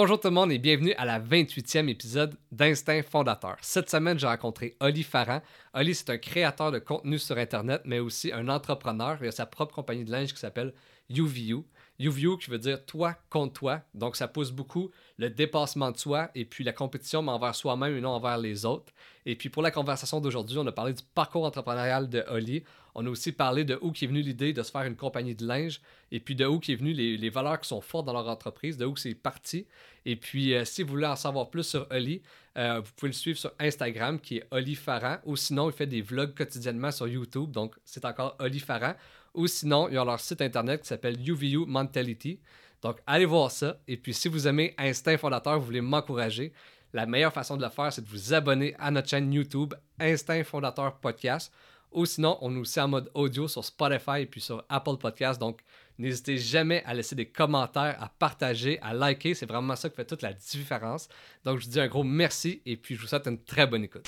Bonjour tout le monde et bienvenue à la 28e épisode d'Instinct Fondateur. Cette semaine, j'ai rencontré Oli Farran. Oli, c'est un créateur de contenu sur Internet, mais aussi un entrepreneur. Il a sa propre compagnie de linge qui s'appelle YouView. YouView qui veut dire toi contre toi. Donc, ça pousse beaucoup le dépassement de soi et puis la compétition, mais envers soi-même et non envers les autres. Et puis, pour la conversation d'aujourd'hui, on a parlé du parcours entrepreneurial de Oli. On a aussi parlé de où qui est venue l'idée de se faire une compagnie de linge et puis de où qui est venue les valeurs qui sont fortes dans leur entreprise, de où c'est parti. Et puis, si vous voulez en savoir plus sur Oli, vous pouvez le suivre sur Instagram qui est Oli Farran ou sinon, il fait des vlogs quotidiennement sur YouTube. Donc, c'est encore Oli Farran. Ou sinon, ils ont leur site internet qui s'appelle YouView Mentality. Donc, allez voir ça. Et puis, si vous aimez Instinct Fondateur, vous voulez m'encourager, la meilleure façon de le faire, c'est de vous abonner à notre chaîne YouTube Instinct Fondateur Podcast. Ou sinon, on est aussi en mode audio sur Spotify et puis sur Apple Podcast. Donc, n'hésitez jamais à laisser des commentaires, à partager, à liker. C'est vraiment ça qui fait toute la différence. Donc, je vous dis un gros merci et puis je vous souhaite une très bonne écoute.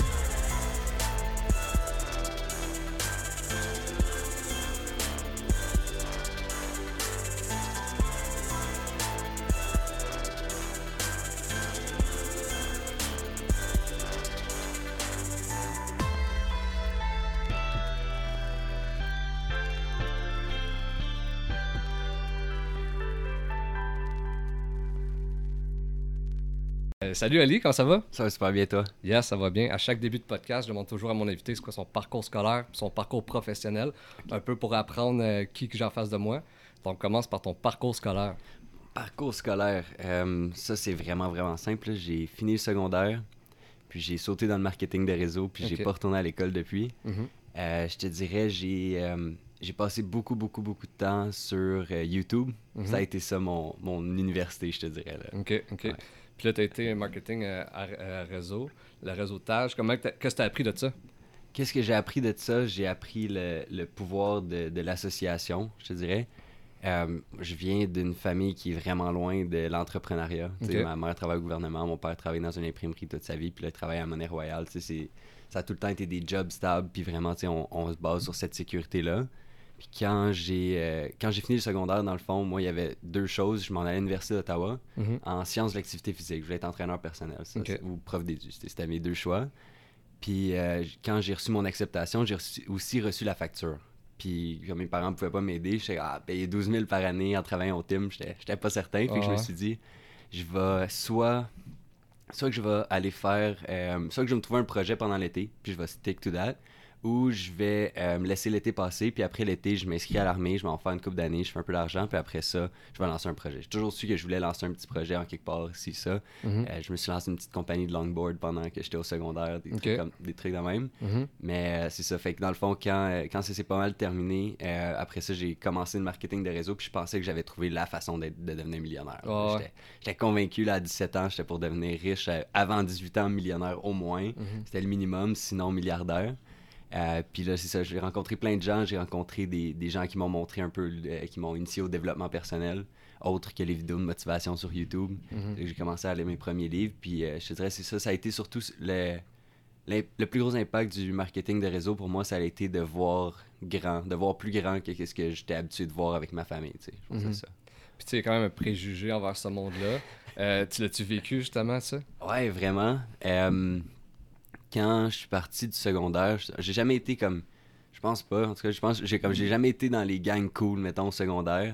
Salut Ali, comment ça va? Ça va super bien, toi? Yes, ça va bien. À chaque début de podcast, je demande toujours à mon invité c'est quoi son parcours scolaire, son parcours professionnel, un peu pour apprendre qui que j'ai en face de moi. Donc, commence par ton parcours scolaire. Parcours scolaire, ça c'est vraiment simple. Là. J'ai fini le secondaire, puis j'ai sauté dans le marketing de réseau, puis j'ai pas retourné à l'école depuis. Je te dirais, j'ai passé beaucoup de temps sur YouTube. Ça a été ça mon université, je te dirais. Là. OK. Ouais. Puis là, tu as été marketing à réseau, le réseautage. Qu'est-ce que tu as appris de ça? Qu'est-ce que j'ai appris de ça? J'ai appris le pouvoir de l'association, je te dirais. Je viens d'une famille qui est vraiment loin de l'entrepreneuriat. Okay. Ma mère travaille au gouvernement, mon père travaille dans une imprimerie toute sa vie, puis là, il travaille à Monnaie-Royale. Ça a tout le temps été des jobs stables, puis vraiment, on se base sur cette sécurité-là. Puis quand j'ai fini le secondaire, dans le fond, moi, il y avait deux choses. Je m'en allais à l'Université d'Ottawa en sciences de l'activité physique. Je voulais être entraîneur personnel ou prof d'édu. C'était mes deux choix. Puis quand j'ai reçu mon acceptation, j'ai aussi reçu la facture. Puis comme mes parents ne pouvaient pas m'aider, j'étais payer 12 000 par année en travaillant au team, j'étais pas certain. Fait que je me suis dit, je vais soit que je vais aller faire, soit que je vais me trouver un projet pendant l'été, puis je vais stick to that, ou je vais me laisser l'été passer, puis après l'été, je m'inscris à l'armée, je vais en faire une couple d'années, je fais un peu d'argent, puis après ça, je vais lancer un projet. J'ai toujours su que je voulais lancer un petit projet en quelque part, ici, ça. Je me suis lancé une petite compagnie de longboard pendant que j'étais au secondaire, des trucs de même. Mais c'est ça, fait que dans le fond, quand ça s'est pas mal terminé, après ça, j'ai commencé le marketing de réseau, puis je pensais que j'avais trouvé la façon de devenir millionnaire. J'étais convaincu, là, à 17 ans, j'étais pour devenir riche, avant 18 ans, millionnaire au moins. C'était le minimum, sinon milliardaire. Puis là, c'est ça, j'ai rencontré plein de gens, j'ai rencontré des gens qui m'ont montré un peu, qui m'ont initié au développement personnel, autre que les vidéos de motivation sur YouTube. J'ai commencé à lire mes premiers livres, puis je te dirais, c'est ça a été surtout le plus gros impact du marketing de réseau pour moi, ça a été de voir plus grand que ce que j'étais habitué de voir avec ma famille, tu sais, je pense que c'est ça. Puis tu sais, quand même un préjugé envers ce monde-là. Tu l'as-tu vécu justement, ça? Ouais, vraiment. Quand je suis parti du secondaire, j'ai jamais été comme... Je pense pas. En tout cas, je pense j'ai jamais été dans les gangs cool, mettons, au secondaire.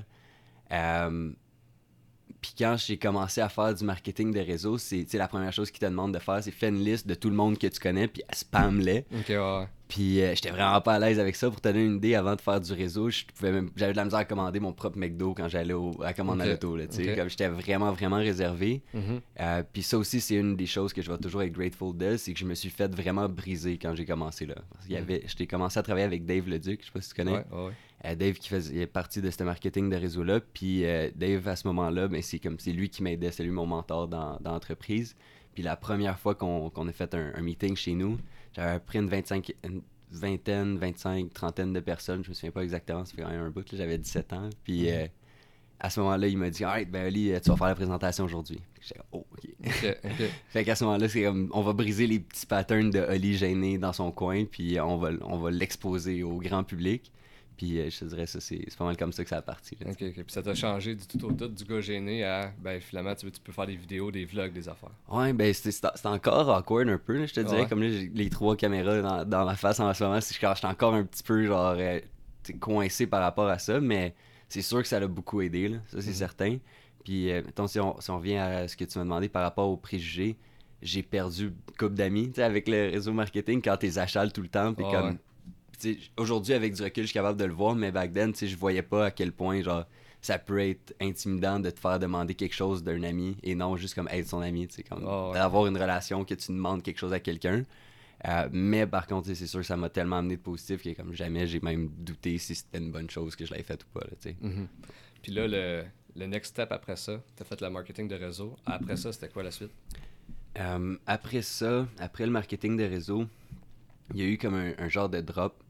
Puis quand j'ai commencé à faire du marketing de réseau, c'est la première chose qu'ils te demandent de faire, c'est faire une liste de tout le monde que tu connais, puis spam-les. OK, ouais. Puis j'étais vraiment pas à l'aise avec ça. Pour te donner une idée, avant de faire du réseau, j'avais de la misère à commander mon propre McDo quand j'allais à commande à l'auto. Comme j'étais vraiment réservé. Puis ça aussi, c'est une des choses que je vais toujours être grateful de, c'est que je me suis fait vraiment briser quand j'ai commencé là. J'ai commencé à travailler avec Dave Leduc, je sais pas si tu connais. Dave qui faisait partie de ce marketing de réseau-là. Puis Dave, à ce moment-là, c'est lui qui m'aidait, c'est lui mon mentor dans l'entreprise. Puis la première fois qu'on a fait un meeting chez nous, j'avais pris une vingtaine, 25, trentaine de personnes, je me souviens pas exactement, ça fait quand même un bout, là, j'avais 17 ans. Puis à ce moment-là, il m'a dit « Alright, ben Ali, tu vas faire la présentation aujourd'hui. » J'étais « Oh, OK. » Fait qu'à ce moment-là, c'est comme, on va briser les petits patterns de Oli gêné dans son coin, puis on va l'exposer au grand public. Puis je te dirais, ça, c'est pas mal comme ça que ça a parti. Là, OK. Puis ça t'a changé du tout au tout, du gars gêné à, ben finalement, tu peux faire des vidéos, des vlogs, des affaires. Ouais, ben c'est encore awkward un peu, là, je te dirais. Ouais. Comme là, j'ai les 3 caméras dans ma face en ce moment. Je suis encore un petit peu, genre, coincé par rapport à ça, mais c'est sûr que ça l'a beaucoup aidé, là. Ça, c'est certain. Puis, mettons, si on revient à ce que tu m'as demandé par rapport aux préjugés, j'ai perdu une couple d'amis, tu sais, avec le réseau marketing, quand t'es achales tout le temps, puis comme... Ouais. Aujourd'hui, avec du recul, je suis capable de le voir, mais back then, je voyais pas à quel point, genre, ça peut être intimidant de te faire demander quelque chose d'un ami et non juste comme être son ami, comme d'avoir une relation que tu demandes quelque chose à quelqu'un. Mais par contre, c'est sûr que ça m'a tellement amené de positif que comme jamais j'ai même douté si c'était une bonne chose que je l'avais fait ou pas. Là, Puis là, le next step après ça, t'as fait le marketing de réseau. Après ça, c'était quoi la suite? Après ça, après le marketing de réseau, il y a eu comme un genre de drop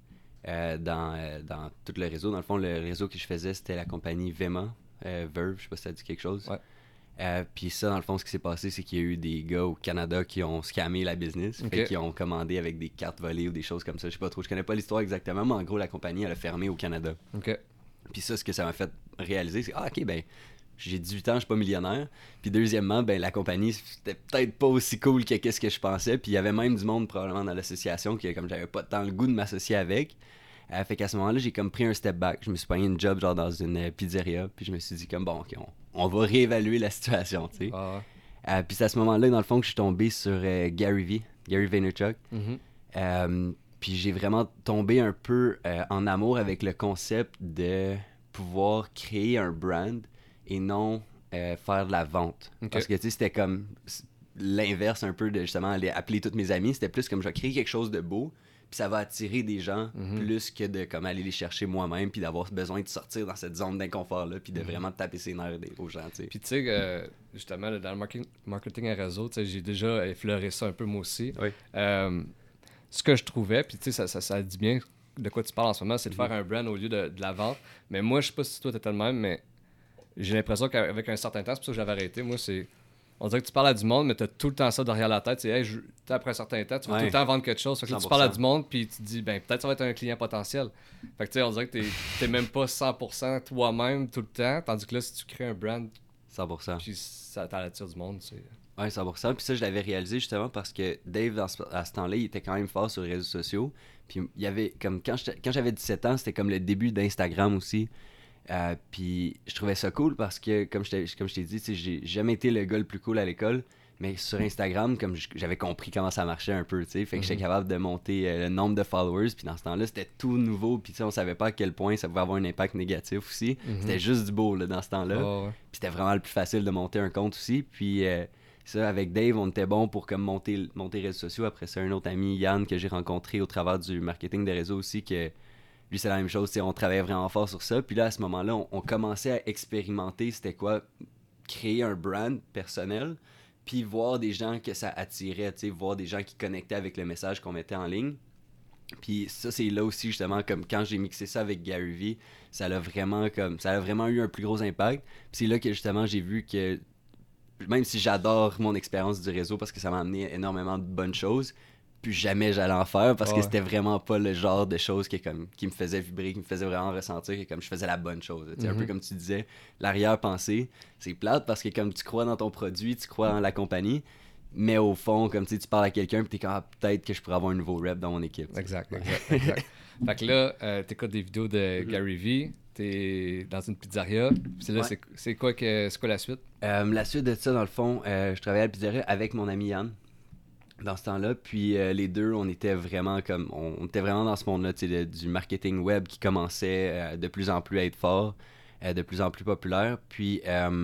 dans tout le réseau. Dans le fond, le réseau que je faisais, c'était la compagnie Vema, Verve, je sais pas si ça dit quelque chose. Ouais. Puis ça, dans le fond, ce qui s'est passé, c'est qu'il y a eu des gars au Canada qui ont scammé la business, fait qui ont commandé avec des cartes volées ou des choses comme ça. Je sais pas trop, je connais pas l'histoire exactement, mais en gros, la compagnie, elle a fermé au Canada. OK. Puis ça, ce que ça m'a fait réaliser, c'est OK, ben, j'ai 18 ans, je suis pas millionnaire. Puis deuxièmement, ben, la compagnie, c'était peut-être pas aussi cool que qu'est-ce que je pensais. Puis il y avait même du monde probablement dans l'association qui, comme j'avais pas tant le goût de m'associer avec. Fait qu'à ce moment-là, j'ai comme pris un step back. Je me suis pogné une job genre dans une pizzeria. Puis je me suis dit comme bon, OK, on va réévaluer la situation, tu sais. Puis c'est à ce moment-là, dans le fond, que je suis tombé sur Gary Vaynerchuk. Puis j'ai vraiment tombé un peu en amour avec le concept de pouvoir créer un brand et non faire de la vente. Parce que tu sais, c'était comme l'inverse un peu de justement aller appeler tous mes amis. C'était plus comme je vais créer quelque chose de beau, puis ça va attirer des gens plus que de comme aller les chercher moi-même, puis d'avoir besoin de sortir dans cette zone d'inconfort-là, puis de vraiment taper ses nerfs aux gens. T'sais. Puis tu sais, justement, là, dans le marketing à réseau, j'ai déjà effleuré ça un peu moi aussi. Oui. Ce que je trouvais, puis tu sais, ça dit bien de quoi tu parles en ce moment, c'est de faire un brand au lieu de la vente. Mais moi, je sais pas si toi t'étais le même, mais j'ai l'impression qu'avec un certain temps, c'est pour ça que j'avais arrêté. Moi, on dirait que tu parles à du monde, mais tu as tout le temps ça derrière la tête. Hey, après un certain temps, tu vas tout le temps vendre quelque chose. Fait que là, tu parles à du monde, puis tu te dis, ben peut-être ça va être un client potentiel. Fait que tu sais, on dirait que t'es même pas 100% toi-même tout le temps. Tandis que là, si tu crées un brand, 100%. puis ça t'attire du monde, c'est... Ouais, 100%. Puis ça, je l'avais réalisé justement parce que Dave, à ce temps-là, il était quand même fort sur les réseaux sociaux. Puis il y avait, comme quand j'avais 17 ans, c'était comme le début d'Instagram aussi. Puis je trouvais ça cool parce que, comme je t'ai dit, j'ai jamais été le gars le plus cool à l'école. Mais sur Instagram, comme j'avais compris comment ça marchait un peu, tu sais, fait que j'étais capable de monter le nombre de followers. Puis dans ce temps-là, c'était tout nouveau. Puis on savait pas à quel point ça pouvait avoir un impact négatif aussi. C'était juste du beau là, dans ce temps-là. Puis c'était vraiment le plus facile de monter un compte aussi. Puis ça, avec Dave, on était bon pour comme monter les réseaux sociaux. Après ça, un autre ami, Yann, que j'ai rencontré au travers du marketing des réseaux aussi, que lui, c'est la même chose. On travaillait vraiment fort sur ça. Puis là, à ce moment-là, on commençait à expérimenter c'était quoi créer un brand personnel, puis voir des gens que ça attirait, voir des gens qui connectaient avec le message qu'on mettait en ligne. Puis ça, c'est là aussi, justement, comme quand j'ai mixé ça avec Gary Vee, ça a vraiment eu un plus gros impact. Puis c'est là que, justement, j'ai vu que même si j'adore mon expérience du réseau parce que ça m'a amené énormément de bonnes choses, plus jamais j'allais en faire parce que c'était vraiment pas le genre de choses qui me faisait vibrer, qui me faisait vraiment ressentir que comme je faisais la bonne chose. Un peu comme tu disais, l'arrière-pensée, c'est plate parce que comme tu crois dans ton produit, tu crois en la compagnie, mais au fond, comme tu parles à quelqu'un puis t'es comme peut-être que je pourrais avoir un nouveau rep dans mon équipe. Exact. Fait que là, t'écoutes des vidéos de Gary Vee, t'es dans une pizzeria. C'est là, c'est quoi la suite? La suite de ça, dans le fond, je travaillais à la pizzeria avec mon ami Yann dans ce temps-là. Puis les deux, on était vraiment dans ce monde-là, du marketing web qui commençait de plus en plus à être fort, de plus en plus populaire. Puis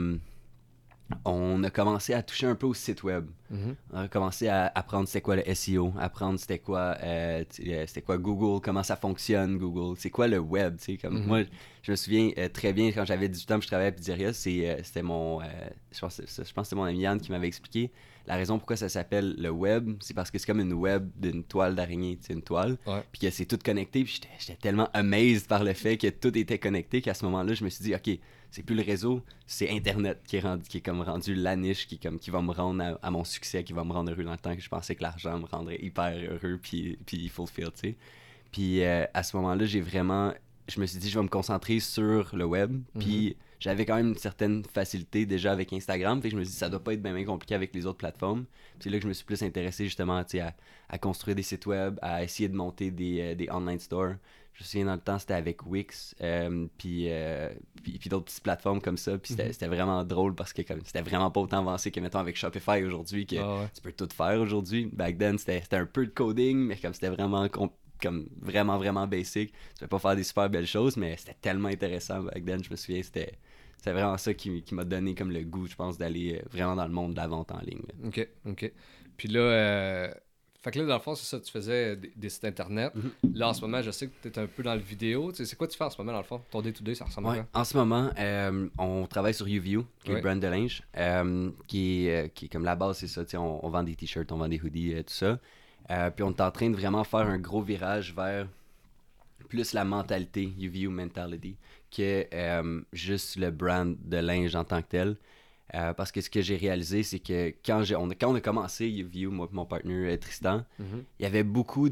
on a commencé à toucher un peu au site web. On a commencé à apprendre c'était quoi le SEO, apprendre c'était quoi Google, comment ça fonctionne Google, c'est quoi le web, tu sais, comme moi je me souviens très bien quand j'avais 18 ans, je travaillais à Pizzeria, c'était mon je pense que c'était mon ami Yann qui m'avait expliqué la raison pourquoi ça s'appelle le web, c'est parce que c'est comme une web d'une toile d'araignée, tu sais, une toile, puis que c'est tout connecté, puis j'étais tellement amazed par le fait que tout était connecté qu'à ce moment-là, je me suis dit OK, c'est plus le réseau, c'est Internet qui est comme rendu la niche qui va me rendre à mon succès, qui va me rendre heureux dans le temps que je pensais que l'argent me rendrait hyper heureux puis fulfilled, tu sais. Puis à ce moment-là, j'ai vraiment je me suis dit, je vais me concentrer sur le web. Puis j'avais quand même une certaine facilité déjà avec Instagram. Fait que je me suis dit, ça doit pas être bien compliqué avec les autres plateformes. Puis c'est là que je me suis plus intéressé justement à construire des sites web, à essayer de monter des online stores. Je me souviens dans le temps, c'était avec Wix, puis d'autres petites plateformes comme ça. Puis c'était vraiment drôle parce que c'était vraiment pas autant avancé que, mettons, avec Shopify aujourd'hui, que tu peux tout faire aujourd'hui. Back then, c'était un peu de coding, mais comme c'était vraiment comme vraiment, vraiment basic. Tu peux pas faire des super belles choses, mais c'était tellement intéressant back then. Je me souviens, c'était vraiment ça qui m'a donné comme le goût, je pense, d'aller vraiment dans le monde de la vente en ligne. Là. OK. Puis là, fait que là, dans le fond, c'est ça, tu faisais des sites internet. Là, en ce moment, je sais que tu es un peu dans le vidéo. Tu sais, c'est quoi tu fais en ce moment, dans le fond? Ton day-to-day, ça ressemble à quoi? En ce moment, on travaille sur UView, qui est le brand de linge, qui est comme la base, c'est ça. On vend des t-shirts, on vend des hoodies, tout ça. Puis on est en train de vraiment faire un gros virage vers plus la mentalité, UView mentality, que juste le brand de linge en tant que tel. Parce que ce que j'ai réalisé, c'est que quand on a commencé UView, moi et mon partenaire Tristan, il y avait beaucoup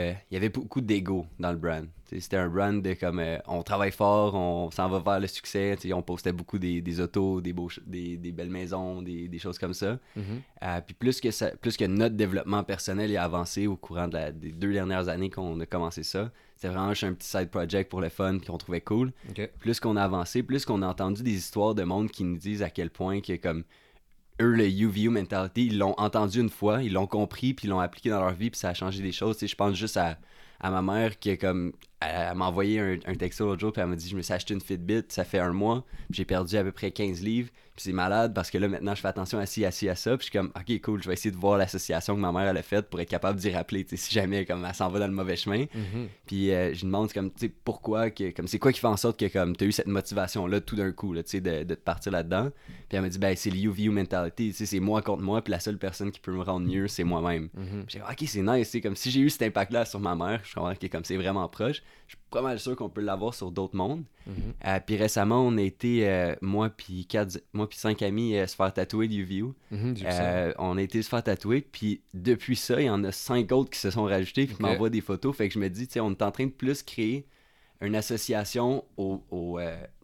d'ego dans le brand. T'sais, c'était un brand de comme on travaille fort, on s'en va vers le succès. On postait beaucoup des autos, des belles maisons, des choses comme ça. Puis plus que notre développement personnel est avancé au courant des 2 dernières années qu'on a commencé ça, c'était vraiment juste un petit side project pour le fun qu'on trouvait cool. Plus qu'on a avancé, plus qu'on a entendu des histoires de monde qui nous disent à quel point que comme eux, le UView mentality, ils l'ont entendu une fois, ils l'ont compris, puis ils l'ont appliqué dans leur vie, puis ça a changé des choses. Je pense juste à ma mère qui est comme elle m'a envoyé un texto l'autre jour, puis elle m'a dit je me suis acheté une Fitbit, ça fait 1 mois, puis j'ai perdu à peu près 15 livres, puis c'est malade parce que là maintenant je fais attention à ci, à ça, puis je suis comme ok cool, je vais essayer de voir l'association que ma mère elle a faite pour être capable d'y rappeler, si jamais comme elle s'en va dans le mauvais chemin. Puis je lui demande comme tu sais pourquoi comme c'est quoi qui fait en sorte que comme t'as eu cette motivation là tout d'un coup là, de te partir là-dedans. Puis elle m'a dit ben c'est le UView mentality, c'est moi contre moi, puis la seule personne qui peut me rendre mieux c'est moi-même. Puis j'ai dit ok c'est nice, c'est comme si j'ai eu cet impact là sur ma mère, je comprends que comme c'est vraiment proche. Je suis pas mal sûr qu'on peut l'avoir sur d'autres mondes. Puis récemment, on a été, moi puis 5 amis, se faire tatouer du UView. On a été se faire tatouer. Puis depuis ça, il y en a 5 autres qui se sont rajoutés puis qui m'envoient des photos. Fait que je me dis, tu sais, on est en train de plus créer une association au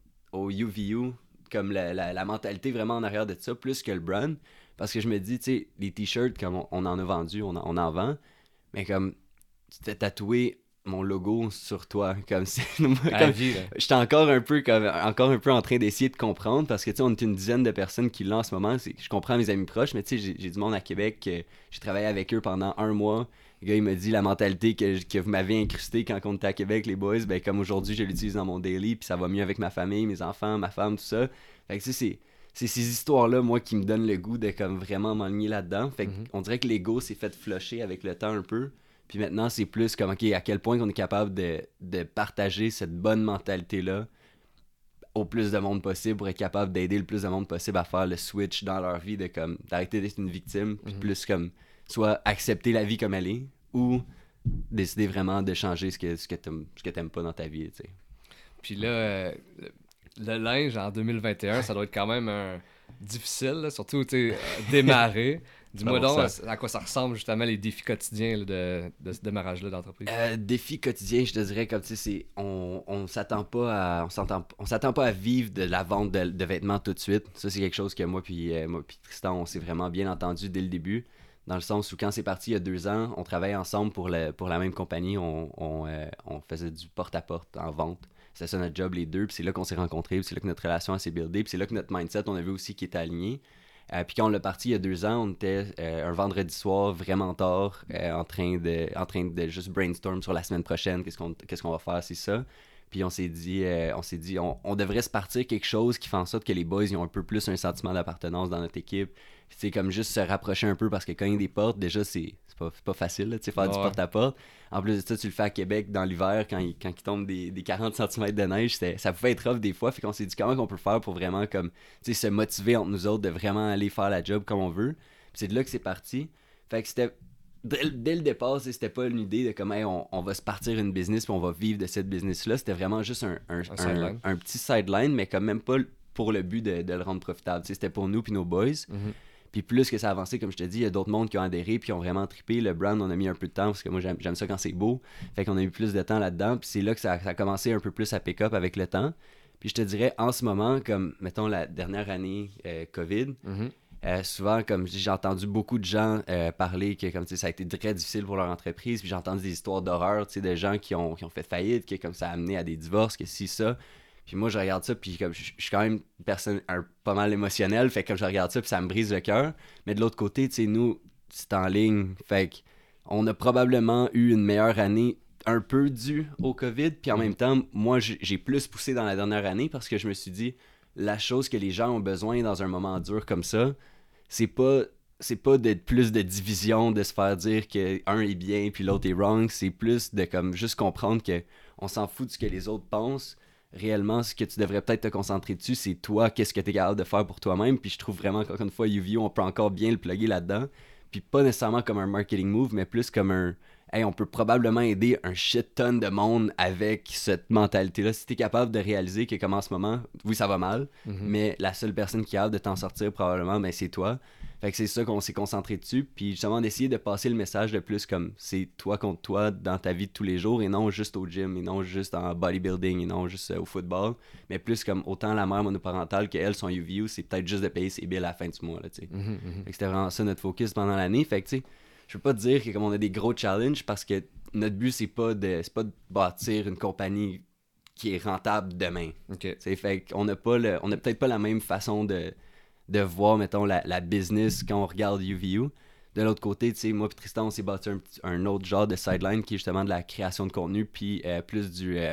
UView, comme la mentalité vraiment en arrière de ça, plus que le brand. Parce que je me dis, tu sais, les t-shirts, comme on en a vendu, on en vend. Mais comme, tu t'es tatoué mon logo sur toi comme c'est j'étais encore un peu en train d'essayer de comprendre parce que tu sais on est une dizaine de personnes qui l'ont en ce moment, je comprends mes amis proches mais tu sais j'ai du monde à Québec j'ai travaillé avec eux pendant 1 mois. Le gars il me dit la mentalité que vous m'avez incrustée quand on était à Québec les boys, ben comme aujourd'hui je l'utilise dans mon daily puis ça va mieux avec ma famille, mes enfants, ma femme, tout ça. Fait que tu sais c'est ces histoires-là, moi, qui me donnent le goût de comme vraiment m'enligner là-dedans. Fait qu'on dirait que l'ego s'est fait flusher avec le temps un peu. Puis maintenant, c'est plus comme, OK, à quel point on est capable de partager cette bonne mentalité-là au plus de monde possible pour être capable d'aider le plus de monde possible à faire le switch dans leur vie, d'arrêter d'être une victime, puis plus comme, soit accepter la vie comme elle est, ou décider vraiment de changer ce que t'aimes pas dans ta vie, tu sais. Puis là, le linge en 2021, ça doit être quand même difficile, là, surtout, tu sais, démarrer. Dis-moi donc à quoi ça ressemble justement les défis quotidiens là, de ce démarrage-là d'entreprise. Défis quotidiens, je te dirais comme tu sais, on s'attend pas à vivre de la vente de vêtements tout de suite. Ça c'est quelque chose que moi puis Tristan on s'est vraiment bien entendu dès le début. Dans le sens où quand c'est parti il y a 2 ans, on travaillait ensemble pour la même compagnie, on faisait du porte-à-porte en vente. C'était ça notre job les deux, puis c'est là qu'on s'est rencontrés, puis c'est là que notre relation s'est buildée, puis c'est là que notre mindset on a vu aussi qu'il était aligné. Puis quand on l'a parti il y a 2 ans, on était un vendredi soir vraiment tard en train de juste brainstorm sur la semaine prochaine, qu'est-ce qu'on va faire, c'est ça. Puis on s'est dit on devrait se partir quelque chose qui fait en sorte que les boys ils ont un peu plus un sentiment d'appartenance dans notre équipe. C'est comme juste se rapprocher un peu parce que quand il y a des portes, déjà c'est pas facile là, faire du porte-à-porte. En plus de ça, tu le fais à Québec dans l'hiver quand il tombe des 40 cm de neige, ça pouvait être rough des fois. Fait qu'on s'est dit comment on peut faire pour vraiment comme se motiver entre nous autres de vraiment aller faire la job comme on veut. Puis c'est de là que c'est parti. Fait que c'était dès le départ, c'était pas une idée de comment on va se partir une business puis on va vivre de cette business-là. C'était vraiment juste un petit sideline, mais quand même pas pour le but de le rendre profitable. C'était pour nous puis nos boys. Puis plus que ça a avancé, comme je te dis, il y a d'autres mondes qui ont adhéré puis qui ont vraiment trippé. Le brand, on a mis un peu de temps parce que moi, j'aime ça quand c'est beau. Fait qu'on a eu plus de temps là-dedans. Puis c'est là que ça a commencé un peu plus à pick-up avec le temps. Puis je te dirais, en ce moment, comme, mettons, la dernière année COVID, souvent, comme j'ai entendu beaucoup de gens parler que comme, ça a été très difficile pour leur entreprise. Puis j'ai entendu des histoires d'horreur, de gens qui ont fait faillite, que comme ça a amené à des divorces, que si, ça. Puis moi, je regarde ça, puis comme je suis quand même une personne pas mal émotionnelle, fait que comme je regarde ça, puis ça me brise le cœur. Mais de l'autre côté, nous, c'est en ligne, fait qu'on a probablement eu une meilleure année un peu due au COVID, puis en même temps, moi, j'ai plus poussé dans la dernière année parce que je me suis dit, la chose que les gens ont besoin dans un moment dur comme ça, c'est pas plus de division, de se faire dire que un est bien puis l'autre est wrong, c'est plus de comme juste comprendre que on s'en fout de ce que les autres pensent. Réellement, ce que tu devrais peut-être te concentrer dessus, c'est toi, qu'est-ce que tu es capable de faire pour toi-même. Puis je trouve vraiment qu'encore une fois, UVU, on peut encore bien le plugger là-dedans. Puis pas nécessairement comme un marketing move, mais plus comme un hey, on peut probablement aider un shit ton de monde avec cette mentalité-là. Si tu es capable de réaliser que comme en ce moment, oui, ça va mal, mais la seule personne qui a hâte de t'en sortir probablement, ben, c'est toi. Fait que c'est ça qu'on s'est concentré dessus. Puis justement, d'essayer de passer le message de plus comme c'est toi contre toi dans ta vie de tous les jours et non juste au gym, et non juste en bodybuilding, et non juste au football, mais plus comme autant la mère monoparentale qu'elle, son UVU, c'est peut-être juste de payer ses billes à la fin du mois. Là, fait que c'était vraiment ça notre focus pendant l'année. Fait que tu sais, je peux pas te dire que comme on a des gros challenges parce que notre but, c'est pas de bâtir une compagnie qui est rentable demain. Fait qu'on n'a pas on a peut-être pas la même façon de voir, mettons, la business quand on regarde UVU. De l'autre côté, tu sais, moi et Tristan, on s'est bâti un autre genre de sideline qui est justement de la création de contenu, puis plus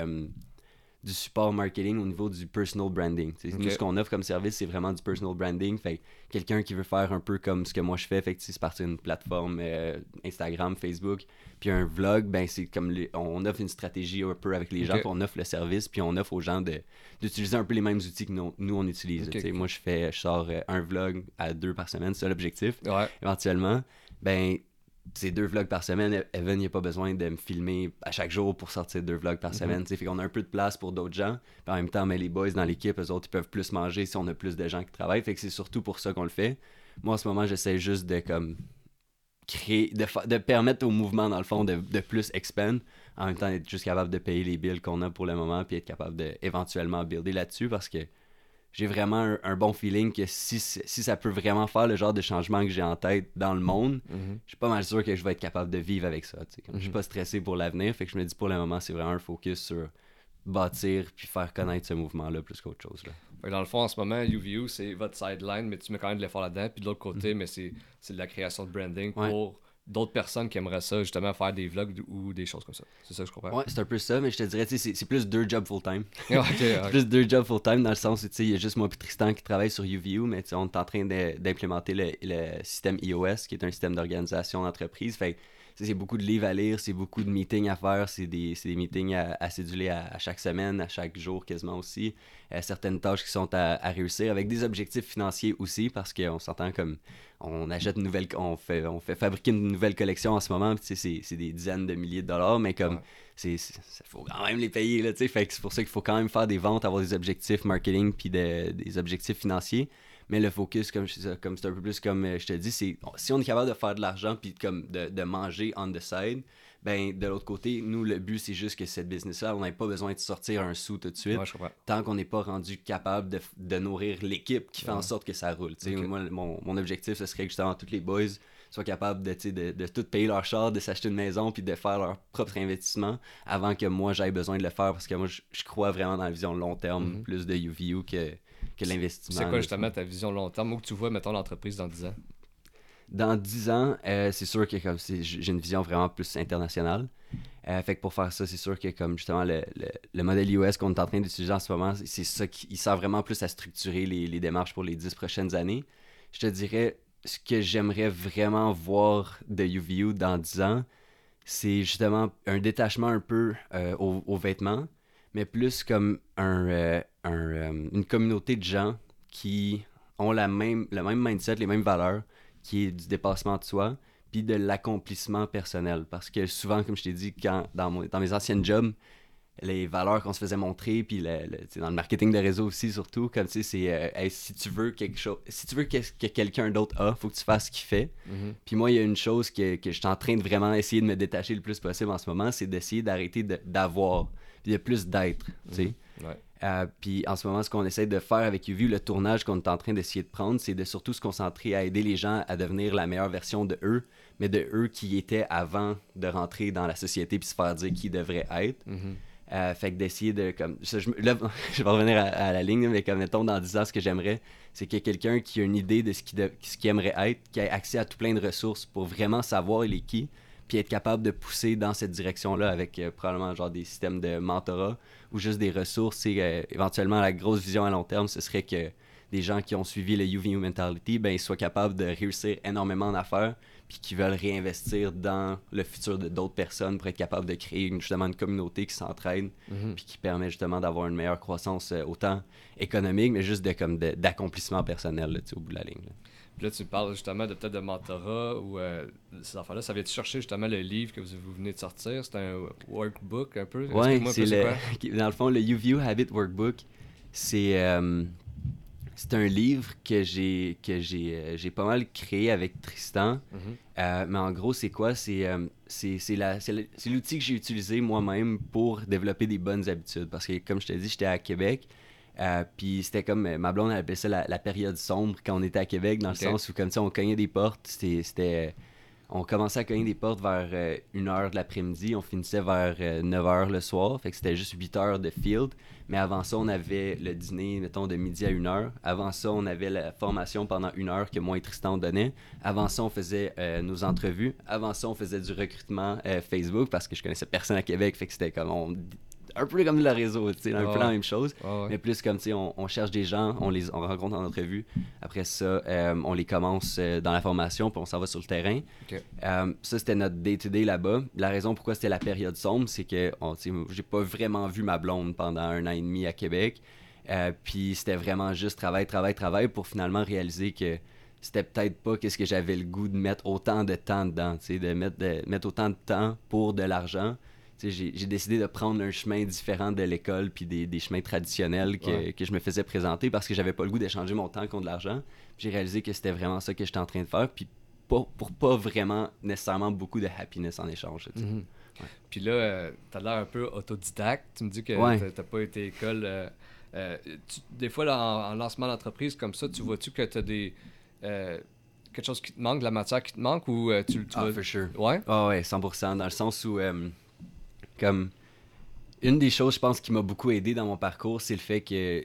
du support marketing au niveau du personal branding. Nous, ce qu'on offre comme service, c'est vraiment du personal branding. Fait quelqu'un qui veut faire un peu comme ce que moi je fais, fait que c'est partir d'une plateforme Instagram, Facebook, puis un vlog, ben c'est comme on offre une stratégie un peu avec les gens, puis on offre le service, puis on offre aux gens d'utiliser un peu les mêmes outils que nous on utilise. Moi, je sors un vlog à 2 par semaine, c'est ça l'objectif. Éventuellement, ben c'est 2 vlogs par semaine. Evan, il n'a pas besoin de me filmer à chaque jour pour sortir 2 vlogs par semaine. Fait qu'on a un peu de place pour d'autres gens. Puis en même temps, mais les boys dans l'équipe, eux autres, ils peuvent plus manger si on a plus de gens qui travaillent. Fait que c'est surtout pour ça qu'on le fait. Moi, en ce moment, j'essaie juste de comme créer, de permettre au mouvement, dans le fond, de plus expand. En même temps, être juste capable de payer les bills qu'on a pour le moment, puis être capable d'éventuellement builder là-dessus parce que j'ai vraiment un bon feeling que si ça peut vraiment faire le genre de changement que j'ai en tête dans le monde, je suis pas mal sûr que je vais être capable de vivre avec ça. Je suis pas stressé pour l'avenir, fait que je me dis pour le moment, c'est vraiment un focus sur bâtir puis faire connaître ce mouvement-là plus qu'autre chose. Là. Dans le fond, en ce moment, UVU, c'est votre sideline, mais tu mets quand même de l'effort là-dedans. Puis de l'autre côté, mais c'est de la création de branding pour d'autres personnes qui aimeraient ça, justement, faire des vlogs ou des choses comme ça. C'est ça que je comprends. Ouais, c'est un peu ça, mais je te dirais, c'est plus 2 jobs full-time. C'est plus 2 jobs full-time dans le sens où il y a juste moi et Tristan qui travaillent sur UVU, mais on est en train d'implémenter le système iOS, qui est un système d'organisation d'entreprise. Fait c'est beaucoup de livres à lire, c'est beaucoup de meetings à faire, c'est des meetings à céduler à chaque semaine, à chaque jour quasiment aussi. Certaines tâches qui sont à réussir, avec des objectifs financiers aussi, parce qu'on s'entend comme on achète on fait fabriquer une nouvelle collection en ce moment, c'est des dizaines de milliers de dollars, mais comme il faut quand même les payer, là, fait que c'est pour ça qu'il faut quand même faire des ventes, avoir des objectifs marketing puis des objectifs financiers. Mais le focus, comme c'est un peu plus comme je te dis, c'est si on est capable de faire de l'argent puis comme de manger on the side, ben de l'autre côté, nous, le but, c'est juste que cette business-là, on n'ait pas besoin de sortir un sou tout de suite, tant qu'on n'est pas rendu capable de nourrir l'équipe qui fait en sorte que ça roule. Moi, mon objectif, ce serait que justement tous les boys soient capables de tout payer leur char, de s'acheter une maison puis de faire leur propre investissement avant que moi, j'aie besoin de le faire parce que moi, je crois vraiment dans la vision long terme, plus de UVU que l'investissement. C'est quoi justement ta vision long terme? Où que tu vois, mettons, l'entreprise dans 10 ans? Dans 10 ans, c'est sûr que j'ai une vision vraiment plus internationale. Fait que pour faire ça, c'est sûr que comme justement le modèle iOS qu'on est en train d'utiliser en ce moment, c'est ça qui sert vraiment plus à structurer les démarches pour les 10 prochaines années. Je te dirais, ce que j'aimerais vraiment voir de UVU dans 10 ans, c'est justement un détachement un peu aux vêtements, mais plus comme une communauté de gens qui ont le même mindset, les mêmes valeurs, qui est du dépassement de soi, puis de l'accomplissement personnel. Parce que souvent, comme je t'ai dit, dans mes anciennes jobs, les valeurs qu'on se faisait montrer, puis dans le marketing de réseau aussi, surtout, comme tu sais, c'est hey, si tu veux quelque chose, si tu veux que quelqu'un d'autre a, faut que tu fasses ce qu'il fait. Puis moi, il y a une chose que je suis en train de vraiment essayer de me détacher le plus possible en ce moment, c'est d'essayer d'arrêter d'avoir, puis de plus d'être, tu sais. Puis en ce moment, ce qu'on essaie de faire avec UView, le tournage qu'on est en train d'essayer de prendre, c'est de surtout se concentrer à aider les gens à devenir la meilleure version de eux, mais de eux qui étaient avant de rentrer dans la société puis se faire dire qui ils devraient être. Fait que d'essayer de comme là, je vais revenir à la ligne, mais comme mettons dans 10 ans, ce que j'aimerais, c'est qu'il y ait quelqu'un qui a une idée de ce qu'il aimerait être, qui ait accès à tout plein de ressources pour vraiment savoir il est qui, puis être capable de pousser dans cette direction-là avec probablement genre des systèmes de mentorat ou juste des ressources. Et éventuellement, la grosse vision à long terme, ce serait que des gens qui ont suivi le UVU Mentality, ben, ils soient capables de réussir énormément en affaires, puis qui veulent réinvestir dans le futur de d'autres personnes pour être capables de créer justement une communauté qui s'entraîne, puis qui permet justement d'avoir une meilleure croissance autant économique, mais juste d'accomplissement personnel là, au bout de la ligne. Là. Puis là, tu parles justement de peut-être de mentorat ou ces affaires-là. Ça vient-tu chercher justement le livre que vous venez de sortir? C'est un workbook un peu? Oui, dans le fond, le UVU Habit Workbook, c'est un livre que j'ai pas mal créé avec Tristan. Mais en gros, c'est quoi? C'est l'outil que j'ai utilisé moi-même pour développer des bonnes habitudes. Parce que, comme je t'ai dit, j'étais à Québec. Puis c'était comme, ma blonde elle appelait ça la période sombre quand on était à Québec, dans le sens où comme ça on cognait des portes, on commençait à cogner des portes vers 1h de l'après-midi, on finissait vers 9h le soir, fait que c'était juste 8 heures de field, mais avant ça on avait le dîner, mettons, de midi à 1h, avant ça on avait la formation pendant 1 heure que moi et Tristan donnait, avant ça on faisait nos entrevues, avant ça on faisait du recrutement Facebook, parce que je connaissais personne à Québec, fait que c'était comme un peu comme le réseau, tu sais, un peu la même chose, mais plus comme, tu sais, on cherche des gens, on rencontre en entrevue, après ça, on les commence dans la formation, puis on s'en va sur le terrain. Ça, c'était notre day-to-day là-bas. La raison pourquoi c'était la période sombre, c'est que, j'ai pas vraiment vu ma blonde pendant 1 an et demi à Québec, puis c'était vraiment juste travail pour finalement réaliser que c'était peut-être pas qu'est-ce que j'avais le goût de mettre autant de temps dedans, tu sais, de mettre autant de temps pour de l'argent. J'ai décidé de prendre un chemin différent de l'école puis des chemins traditionnels que je me faisais présenter parce que j'avais pas le goût d'échanger mon temps contre de l'argent. J'ai réalisé que c'était vraiment ça que j'étais en train de faire, puis pour pas vraiment nécessairement beaucoup de happiness en échange. Puis là, t'as l'air un peu autodidacte. Tu me dis que t'as pas été école. Des fois, là, en lancement d'entreprise comme ça, tu vois-tu que t'as des... quelque chose qui te manque, de la matière qui te manque, ou tu for sure. Ouais? Ouais, 100%. Dans le sens où... comme une des choses, je pense, qui m'a beaucoup aidé dans mon parcours, c'est le fait que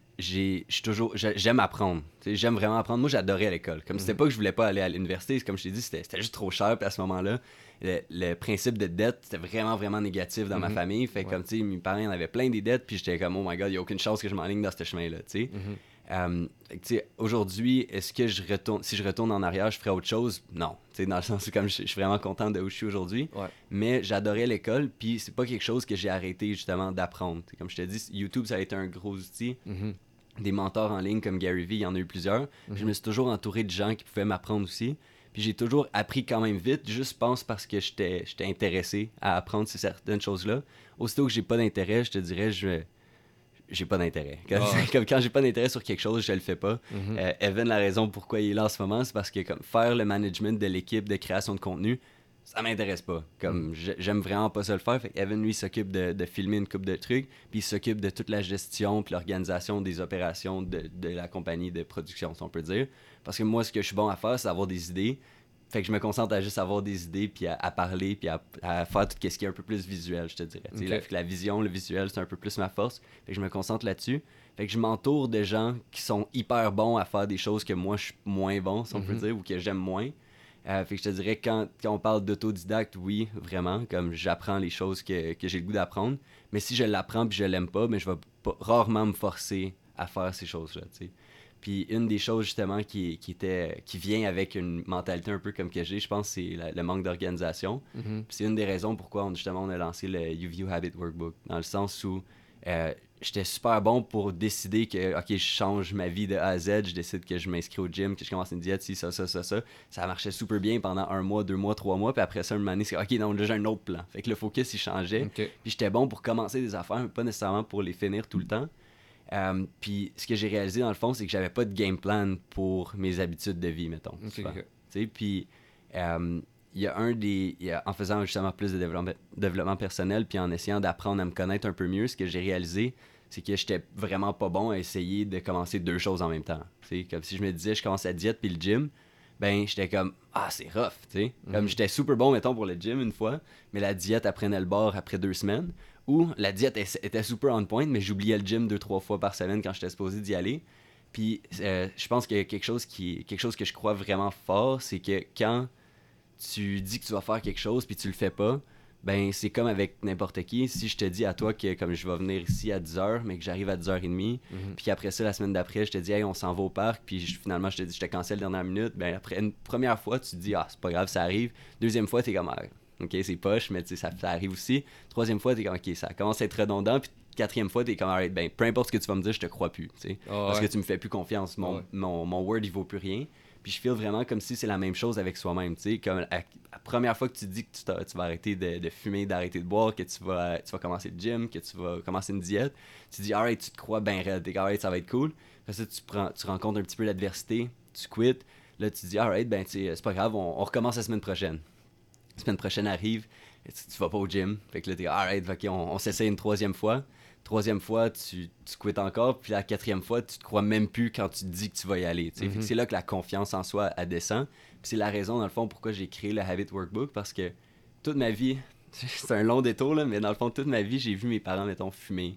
j'aime apprendre. T'sais, j'aime vraiment apprendre. Moi, j'adorais à l'école. Comme c'était pas que je voulais pas aller à l'université, comme je t'ai dit, c'était juste trop cher. Puis à ce moment-là, le principe de dette, c'était vraiment, vraiment négatif dans ma famille. Fait comme, tu sais, mes parents en avaient plein des dettes, puis j'étais comme, oh my god, il y a aucune chance que je m'enligne dans ce chemin-là, tu sais. Aujourd'hui, est-ce que si je retourne en arrière, je ferais autre chose? Non. T'sais, dans le sens où comme je suis vraiment content de où je suis aujourd'hui. Mais j'adorais l'école, puis c'est pas quelque chose que j'ai arrêté justement d'apprendre. T'sais, comme je te dis, YouTube, ça a été un gros outil. Des mentors en ligne comme Gary Vee, il y en a eu plusieurs. Je me suis toujours entouré de gens qui pouvaient m'apprendre aussi. Puis j'ai toujours appris quand même vite, juste pense parce que j'étais intéressé à apprendre ces certaines choses-là. Aussitôt que j'ai pas d'intérêt, je te dirais, j'ai pas d'intérêt. Comme quand j'ai pas d'intérêt sur quelque chose, je le fais pas. Evan, la raison pourquoi il est là en ce moment, c'est parce que comme faire le management de l'équipe de création de contenu, ça m'intéresse pas. Comme j'aime vraiment pas ça le faire. Fait Evan, lui, s'occupe de filmer une couple de trucs, puis il s'occupe de toute la gestion puis l'organisation des opérations de la compagnie de production, si on peut dire. Parce que moi, ce que je suis bon à faire, c'est avoir des idées. Fait que je me concentre à juste avoir des idées, puis à parler, puis à faire tout ce qui est un peu plus visuel, je te dirais. La vision, le visuel, c'est un peu plus ma force. Fait que je me concentre là-dessus. Fait que je m'entoure de gens qui sont hyper bons à faire des choses que moi, je suis moins bon, si on peut dire, ou que j'aime moins. Fait que je te dirais, quand on parle d'autodidacte, oui, vraiment, comme j'apprends les choses que j'ai le goût d'apprendre. Mais si je l'apprends puis je l'aime pas, mais je vais rarement me forcer à faire ces choses-là, tu sais. Puis une des choses justement qui vient avec une mentalité un peu comme que j'ai, je pense, c'est le manque d'organisation. Puis c'est une des raisons pourquoi on a lancé le UView Habit Workbook, dans le sens où j'étais super bon pour décider que, OK, je change ma vie de A à Z, je décide que je m'inscris au gym, que je commence une diète, ça. Ça marchait super bien pendant 1 mois, 2 mois, 3 mois, puis après ça, une année, c'est OK, non, là, j'ai un autre plan. Fait que le focus, il changeait. OK. Puis j'étais bon pour commencer des affaires, mais pas nécessairement pour les finir tout le temps. Puis ce que j'ai réalisé, dans le fond, c'est que j'avais pas de game plan pour mes habitudes de vie, mettons. OK. Tu sais, puis il y a en faisant justement plus de développement personnel, puis en essayant d'apprendre à me connaître un peu mieux, ce que j'ai réalisé, c'est que j'étais vraiment pas bon à essayer de commencer 2 choses en même temps. Tu sais, comme si je me disais, je commence la diète puis le gym, ben j'étais comme, c'est rough, tu sais. Comme j'étais super bon, mettons, pour le gym une fois, mais la diète, elle prenait le bord après 2 semaines. Ou la diète était super on point, mais j'oubliais le gym 2-3 fois par semaine quand j'étais supposé d'y aller. Puis je pense qu'il y a quelque chose que je crois vraiment fort, c'est que quand tu dis que tu vas faire quelque chose puis tu le fais pas, ben c'est comme avec n'importe qui. Si je te dis à toi que comme je vais venir ici à 10h, mais que j'arrive à 10h30, puis qu'après ça, la semaine d'après, je te dis, hey, on s'en va au parc, puis finalement, je te dis, je te cancelle dernière minute, ben après une première fois, tu te dis, c'est pas grave, ça arrive. Deuxième fois, t'es comme, OK, c'est poche, mais ça arrive aussi. Troisième fois, t'es comme, OK, ça commence à être redondant. Puis quatrième fois, t'es comme, alright, ben, peu importe ce que tu vas me dire, je te crois plus, tu sais. Parce que tu me fais plus confiance. Mon word, il vaut plus rien. Puis je feel vraiment comme si c'est la même chose avec soi-même, tu sais. Comme la première fois que tu dis que tu vas arrêter de fumer, d'arrêter de boire, que tu vas commencer le gym, que tu vas commencer une diète, tu dis, alright, tu te crois ben raide, t'es alright, ça va être cool. Après ça, tu rencontres un petit peu l'adversité, tu quittes. Là, tu dis, alright, ben, tu sais, c'est pas grave, on recommence la semaine prochaine. La semaine prochaine arrive, tu vas pas au gym. Fait que là, t'es alright, ok, on s'essaye une troisième fois. Troisième fois, tu quittes encore. Puis la quatrième fois, tu te crois même plus quand tu te dis que tu vas y aller. Fait que c'est là que la confiance en soi, elle descend. Puis c'est la raison, dans le fond, pourquoi j'ai créé le Habit Workbook. Parce que toute ma vie, c'est un long détour, là, mais dans le fond, toute ma vie, j'ai vu mes parents, mettons, fumer.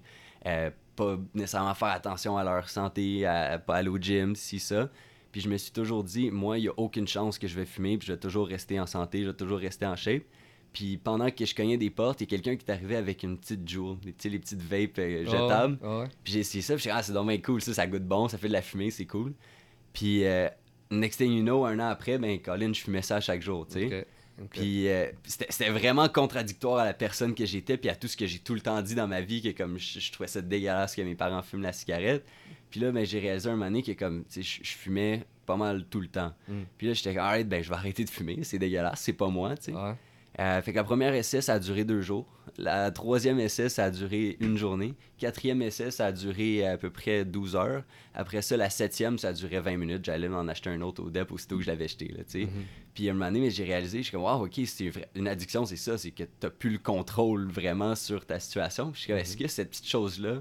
Pas nécessairement faire attention à leur santé, à pas aller au gym, ça. Puis je me suis toujours dit, moi, il n'y a aucune chance que je vais fumer, puis je vais toujours rester en santé, je vais toujours rester en shape. Puis pendant que je cognais des portes, il y a quelqu'un qui est arrivé avec une petite Juul, les petites vapes jetables. Puis j'ai essayé ça, puis je suis c'est dommage cool, ça goûte bon, ça fait de la fumée, c'est cool. Puis next thing you know, 1 an après, ben Colin, je fumais ça chaque jour, tu sais. Okay. Puis c'était vraiment contradictoire à la personne que j'étais, puis à tout ce que j'ai tout le temps dit dans ma vie, que comme je trouvais ça dégueulasse que mes parents fument la cigarette. Puis là, ben, j'ai réalisé un moment donné que comme, tu sais, je fumais pas mal tout le temps. Puis là, j'étais comme, alright, ben, je vais arrêter de fumer, c'est dégueulasse, c'est pas moi, tu sais. Fait que la première essai, ça a duré 2 jours. La troisième essai, ça a duré 1 journée. Quatrième essai, ça a duré à peu près 12 heures. Après ça, la septième, ça a duré 20 minutes. J'allais m'en acheter un autre au DEP aussitôt que je l'avais acheté, là, tu sais. Puis à un moment donné, mais j'ai réalisé, je suis comme, wow, OK, une addiction, c'est ça, c'est que t'as plus le contrôle vraiment sur ta situation. Puis je suis comme, est-ce que cette petite chose-là,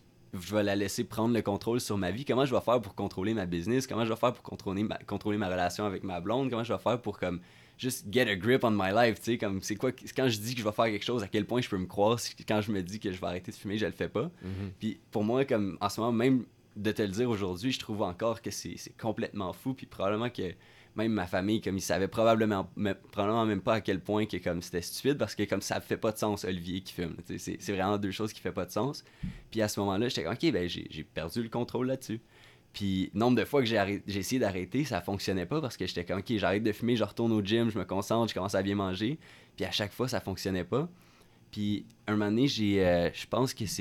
je vais la laisser prendre le contrôle sur ma vie? Comment je vais faire pour contrôler ma business? Comment je vais faire pour contrôler ma relation avec ma blonde? Comment je vais faire pour, comme, juste get a grip on my life, tu sais, comme, c'est quoi, quand je dis que je vais faire quelque chose, à quel point je peux me croire, quand je me dis que je vais arrêter de fumer, je le fais pas. Puis pour moi, comme, en ce moment, même de te le dire aujourd'hui, je trouve encore que c'est complètement fou, puis probablement que même ma famille, comme, ils savaient probablement même pas à quel point que, comme, c'était stupide, parce que, comme, ça fait pas de sens, Olivier qui fume, tu sais, c'est vraiment 2 choses qui fait pas de sens. Puis à ce moment-là, j'étais comme, OK, ben, j'ai perdu le contrôle là-dessus. Puis, nombre de fois que j'ai essayé d'arrêter, ça fonctionnait pas parce que j'étais comme, OK, j'arrête de fumer, je retourne au gym, je me concentre, je commence à bien manger. Puis à chaque fois, ça fonctionnait pas. Puis, un moment donné, je pense que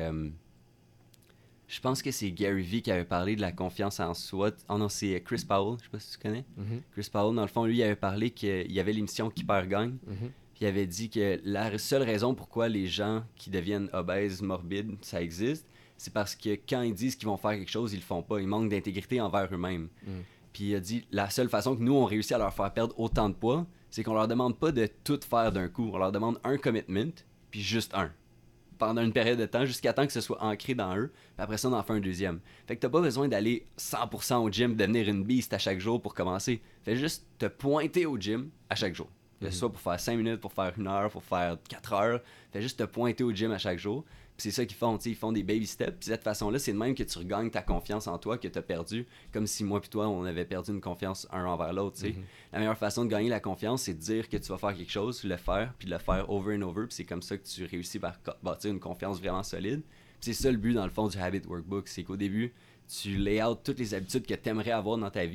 c'est Gary Vee qui avait parlé de la confiance en soi. Oh non, c'est Chris Powell, je sais pas si tu connais. Chris Powell, dans le fond, lui, il avait parlé qu'il y avait l'émission Qui perd gagne. Puis il avait dit que la seule raison pourquoi les gens qui deviennent obèses, morbides, ça existe, c'est parce que quand ils disent qu'ils vont faire quelque chose, ils le font pas. Ils manquent d'intégrité envers eux-mêmes. Puis il a dit, la seule façon que nous, on réussit à leur faire perdre autant de poids, c'est qu'on leur demande pas de tout faire d'un coup. On leur demande un commitment, puis juste un. Pendant une période de temps, jusqu'à temps que ce soit ancré dans eux, puis après ça, on en fait un deuxième. Fait que t'as pas besoin d'aller 100% au gym, devenir une beast à chaque jour pour commencer. Fais juste te pointer au gym à chaque jour. Que ce soit pour faire 5 minutes, pour faire 1 heure, pour faire 4 heures. Fais juste te pointer au gym à chaque jour. Puis c'est ça qu'ils font, ils font des baby steps. Puis de cette façon-là, c'est de même que tu regagnes ta confiance en toi que tu as perdu, comme si moi et toi, on avait perdu une confiance un envers l'autre. La meilleure façon de gagner la confiance, c'est de dire que tu vas faire quelque chose, le faire, puis de le faire over and over. Puis c'est comme ça que tu réussis par bâtir une confiance vraiment solide. Puis c'est ça le but, dans le fond, du Habit Workbook. C'est qu'au début, tu lay out toutes les habitudes que tu aimerais avoir dans ta vie.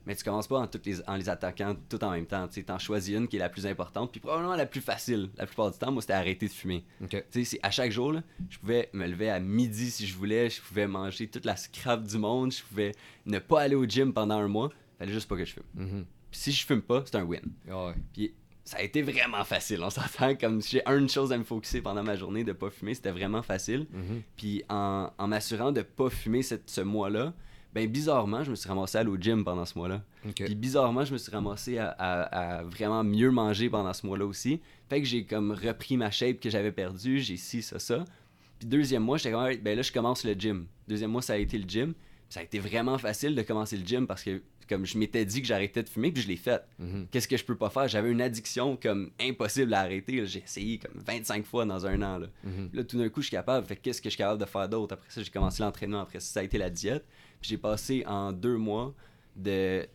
mais tu commences pas en les attaquant tout en même temps. Tu en choisis une qui est la plus importante, puis probablement la plus facile. La plupart du temps, moi, c'était arrêter de fumer. OK. À chaque jour, là, je pouvais me lever à midi si je voulais, je pouvais manger toute la scrap du monde, je pouvais ne pas aller au gym pendant un mois, fallait juste pas que je fume. Mm-hmm. Puis si je fume pas, c'est un win. Oh, ouais. Puis ça a été vraiment facile, on s'entend, comme si j'ai une chose à me focuser pendant ma journée de pas fumer, c'était vraiment facile. Mm-hmm. Puis en m'assurant de pas fumer ce mois-là, ben bizarrement, je me suis ramassé à aller au gym pendant ce mois-là. OK. Puis bizarrement, je me suis ramassé à vraiment mieux manger pendant ce mois-là aussi. Fait que j'ai comme repris ma shape que j'avais perdue, j'ai ci, ça. Puis deuxième mois, j'étais comme, ben là, je commence le gym. Deuxième mois, ça a été le gym. Puis ça a été vraiment facile de commencer le gym parce que comme je m'étais dit que j'arrêtais de fumer, puis je l'ai fait. Mm-hmm. Qu'est-ce que je peux pas faire? J'avais une addiction comme impossible à arrêter. Là. J'ai essayé comme 25 fois dans un an. Là, Mm-hmm. là tout d'un coup, je suis capable. Fait qu'est-ce que je suis capable de faire d'autre? Après ça, j'ai commencé l'entraînement. Après ça, ça a été la diète. Puis j'ai passé en 2 mois de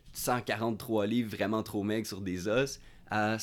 143 livres vraiment trop maigres sur des os à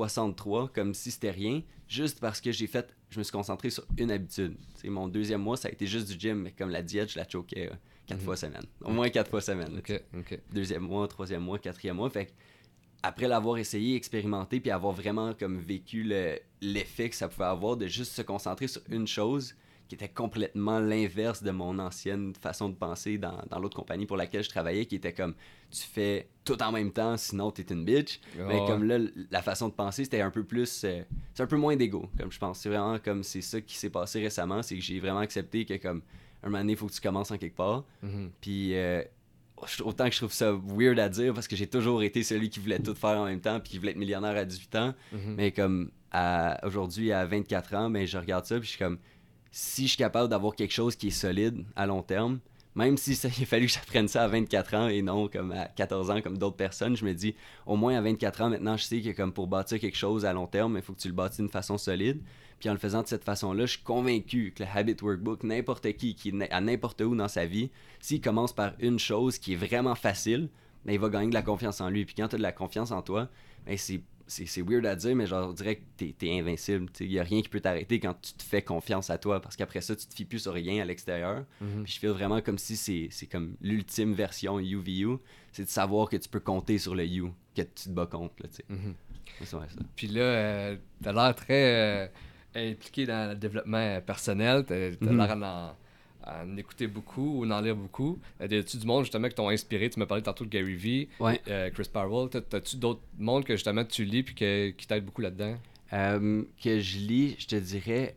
163 comme si c'était rien, juste parce que je me suis concentré sur une habitude. T'sais, mon deuxième mois, ça a été juste du gym, mais comme la diète, je la choquais 4 fois semaine. Au moins 4 fois semaine. OK. Deuxième mois, troisième mois, quatrième mois. Fait que après l'avoir essayé, expérimenté, puis avoir vraiment comme vécu l'effet que ça pouvait avoir de juste se concentrer sur une chose qui était complètement l'inverse de mon ancienne façon de penser dans l'autre compagnie pour laquelle je travaillais, qui était comme tu fais tout en même temps, sinon t'es une bitch. Mais comme là, la façon de penser, c'était un peu plus... c'est un peu moins d'ego, comme je pense. C'est vraiment comme c'est ça qui s'est passé récemment, c'est que j'ai vraiment accepté que comme un moment donné, il faut que tu commences en quelque part. Mm-hmm. Puis autant que je trouve ça weird à dire parce que j'ai toujours été celui qui voulait tout faire en même temps puis qui voulait être millionnaire à 18 ans. Mm-hmm. Mais comme aujourd'hui, à 24 ans, ben, je regarde ça puis je suis comme... Si je suis capable d'avoir quelque chose qui est solide à long terme, même si il a fallu que j'apprenne ça à 24 ans et non comme à 14 ans comme d'autres personnes, je me dis, au moins à 24 ans, maintenant, je sais que comme pour bâtir quelque chose à long terme, il faut que tu le bâtis d'une façon solide. Puis en le faisant de cette façon-là, je suis convaincu que le Habit Workbook, n'importe qui est à n'importe où dans sa vie, s'il commence par une chose qui est vraiment facile, ben, il va gagner de la confiance en lui. Puis quand tu as de la confiance en toi, ben, c'est weird à dire, mais genre, je dirais que t'es invincible. Il n'y a rien qui peut t'arrêter quand tu te fais confiance à toi, parce qu'après ça, tu te fies plus sur rien à l'extérieur. Mm-hmm. Puis je feel vraiment comme si c'est comme l'ultime version UVU, c'est de savoir que tu peux compter sur le You, que tu te bats contre. Là, Mm-hmm. c'est vrai, ça. Puis là, t'as l'air très impliqué dans le développement personnel. T'as l'air à en écouter beaucoup ou en lire beaucoup. Y a-tu du monde justement qui t'ont inspiré? Tu m'as parlé tantôt de Gary Vee, Ouais. Chris Powell. T'as-tu d'autres mondes que justement tu lis puis qui t'aident beaucoup là-dedans? Que je lis, je te dirais,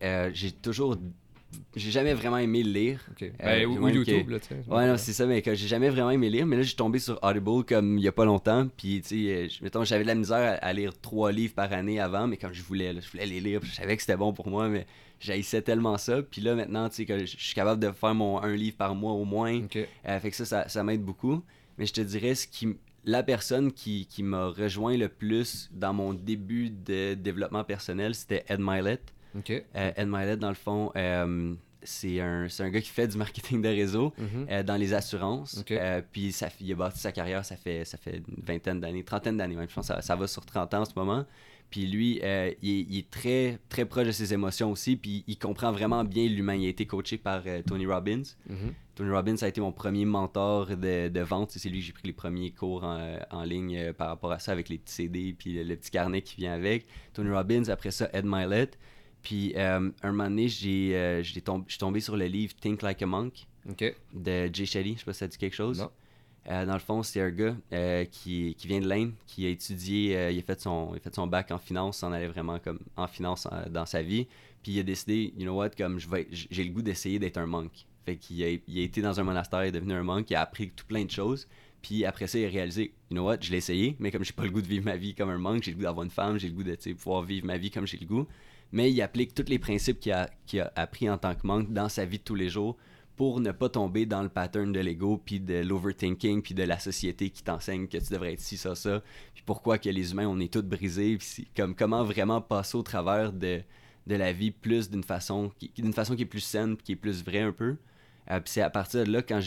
j'ai jamais vraiment aimé lire. OK. Ou YouTube, là, tu sais. Ouais, non, c'est ça, mais que j'ai jamais vraiment aimé lire. Mais là, j'ai tombé sur Audible comme il y a pas longtemps. Puis, tu sais, mettons, j'avais de la misère à lire 3 livres par année avant, mais quand je voulais les lire. Je savais que c'était bon pour moi, mais j'haïssais tellement ça. Puis là, maintenant, tu sais, que je suis capable de faire un livre par mois au moins. OK. Fait que ça m'aide beaucoup. Mais je te dirais, la personne qui m'a rejoint le plus dans mon début de développement personnel, c'était Ed Mylett. OK. Ed Mylett, dans le fond, c'est un gars qui fait du marketing de réseau Mm-hmm. dans les assurances. OK. Puis il a bâti sa carrière, ça fait une vingtaine d'années, trentaine d'années même. Je pense que ça va sur 30 ans en ce moment. Puis lui, il est très, très proche de ses émotions aussi. Puis il comprend vraiment bien l'humain. Il a été coaché par Tony Robbins. Mm-hmm. Tony Robbins a été mon premier mentor de vente. C'est lui que j'ai pris les premiers cours en ligne par rapport à ça avec les petits CD puis le petit carnet qui vient avec. Tony Robbins, après ça, Ed Mylett. Puis un moment donné, je suis tombé sur le livre Think Like a Monk OK. de Jay Shetty. Je sais pas si ça dit quelque chose. Non. Dans le fond, c'est un gars qui vient de l'Inde, qui a étudié, il a fait son bac en finance, s'en allait vraiment comme en finance dans sa vie. Puis il a décidé, you know what, comme j'ai le goût d'essayer d'être un monk. Fait qu'il a été dans un monastère, il est devenu un monk, il a appris tout plein de choses. Puis après ça, il a réalisé, you know what, je l'ai essayé, mais comme j'ai pas le goût de vivre ma vie comme un monk, j'ai le goût d'avoir une femme, j'ai le goût de pouvoir vivre ma vie comme j'ai le goût. Mais il applique tous les principes qu'il a appris en tant que monk dans sa vie de tous les jours pour ne pas tomber dans le pattern de l'ego, puis de l'overthinking, puis de la société qui t'enseigne que tu devrais être ci, ça, puis pourquoi que les humains, on est tous brisés, puis comment vraiment passer au travers de la vie plus d'une façon qui est plus saine, puis qui est plus vraie un peu. Puis c'est à partir de là, quand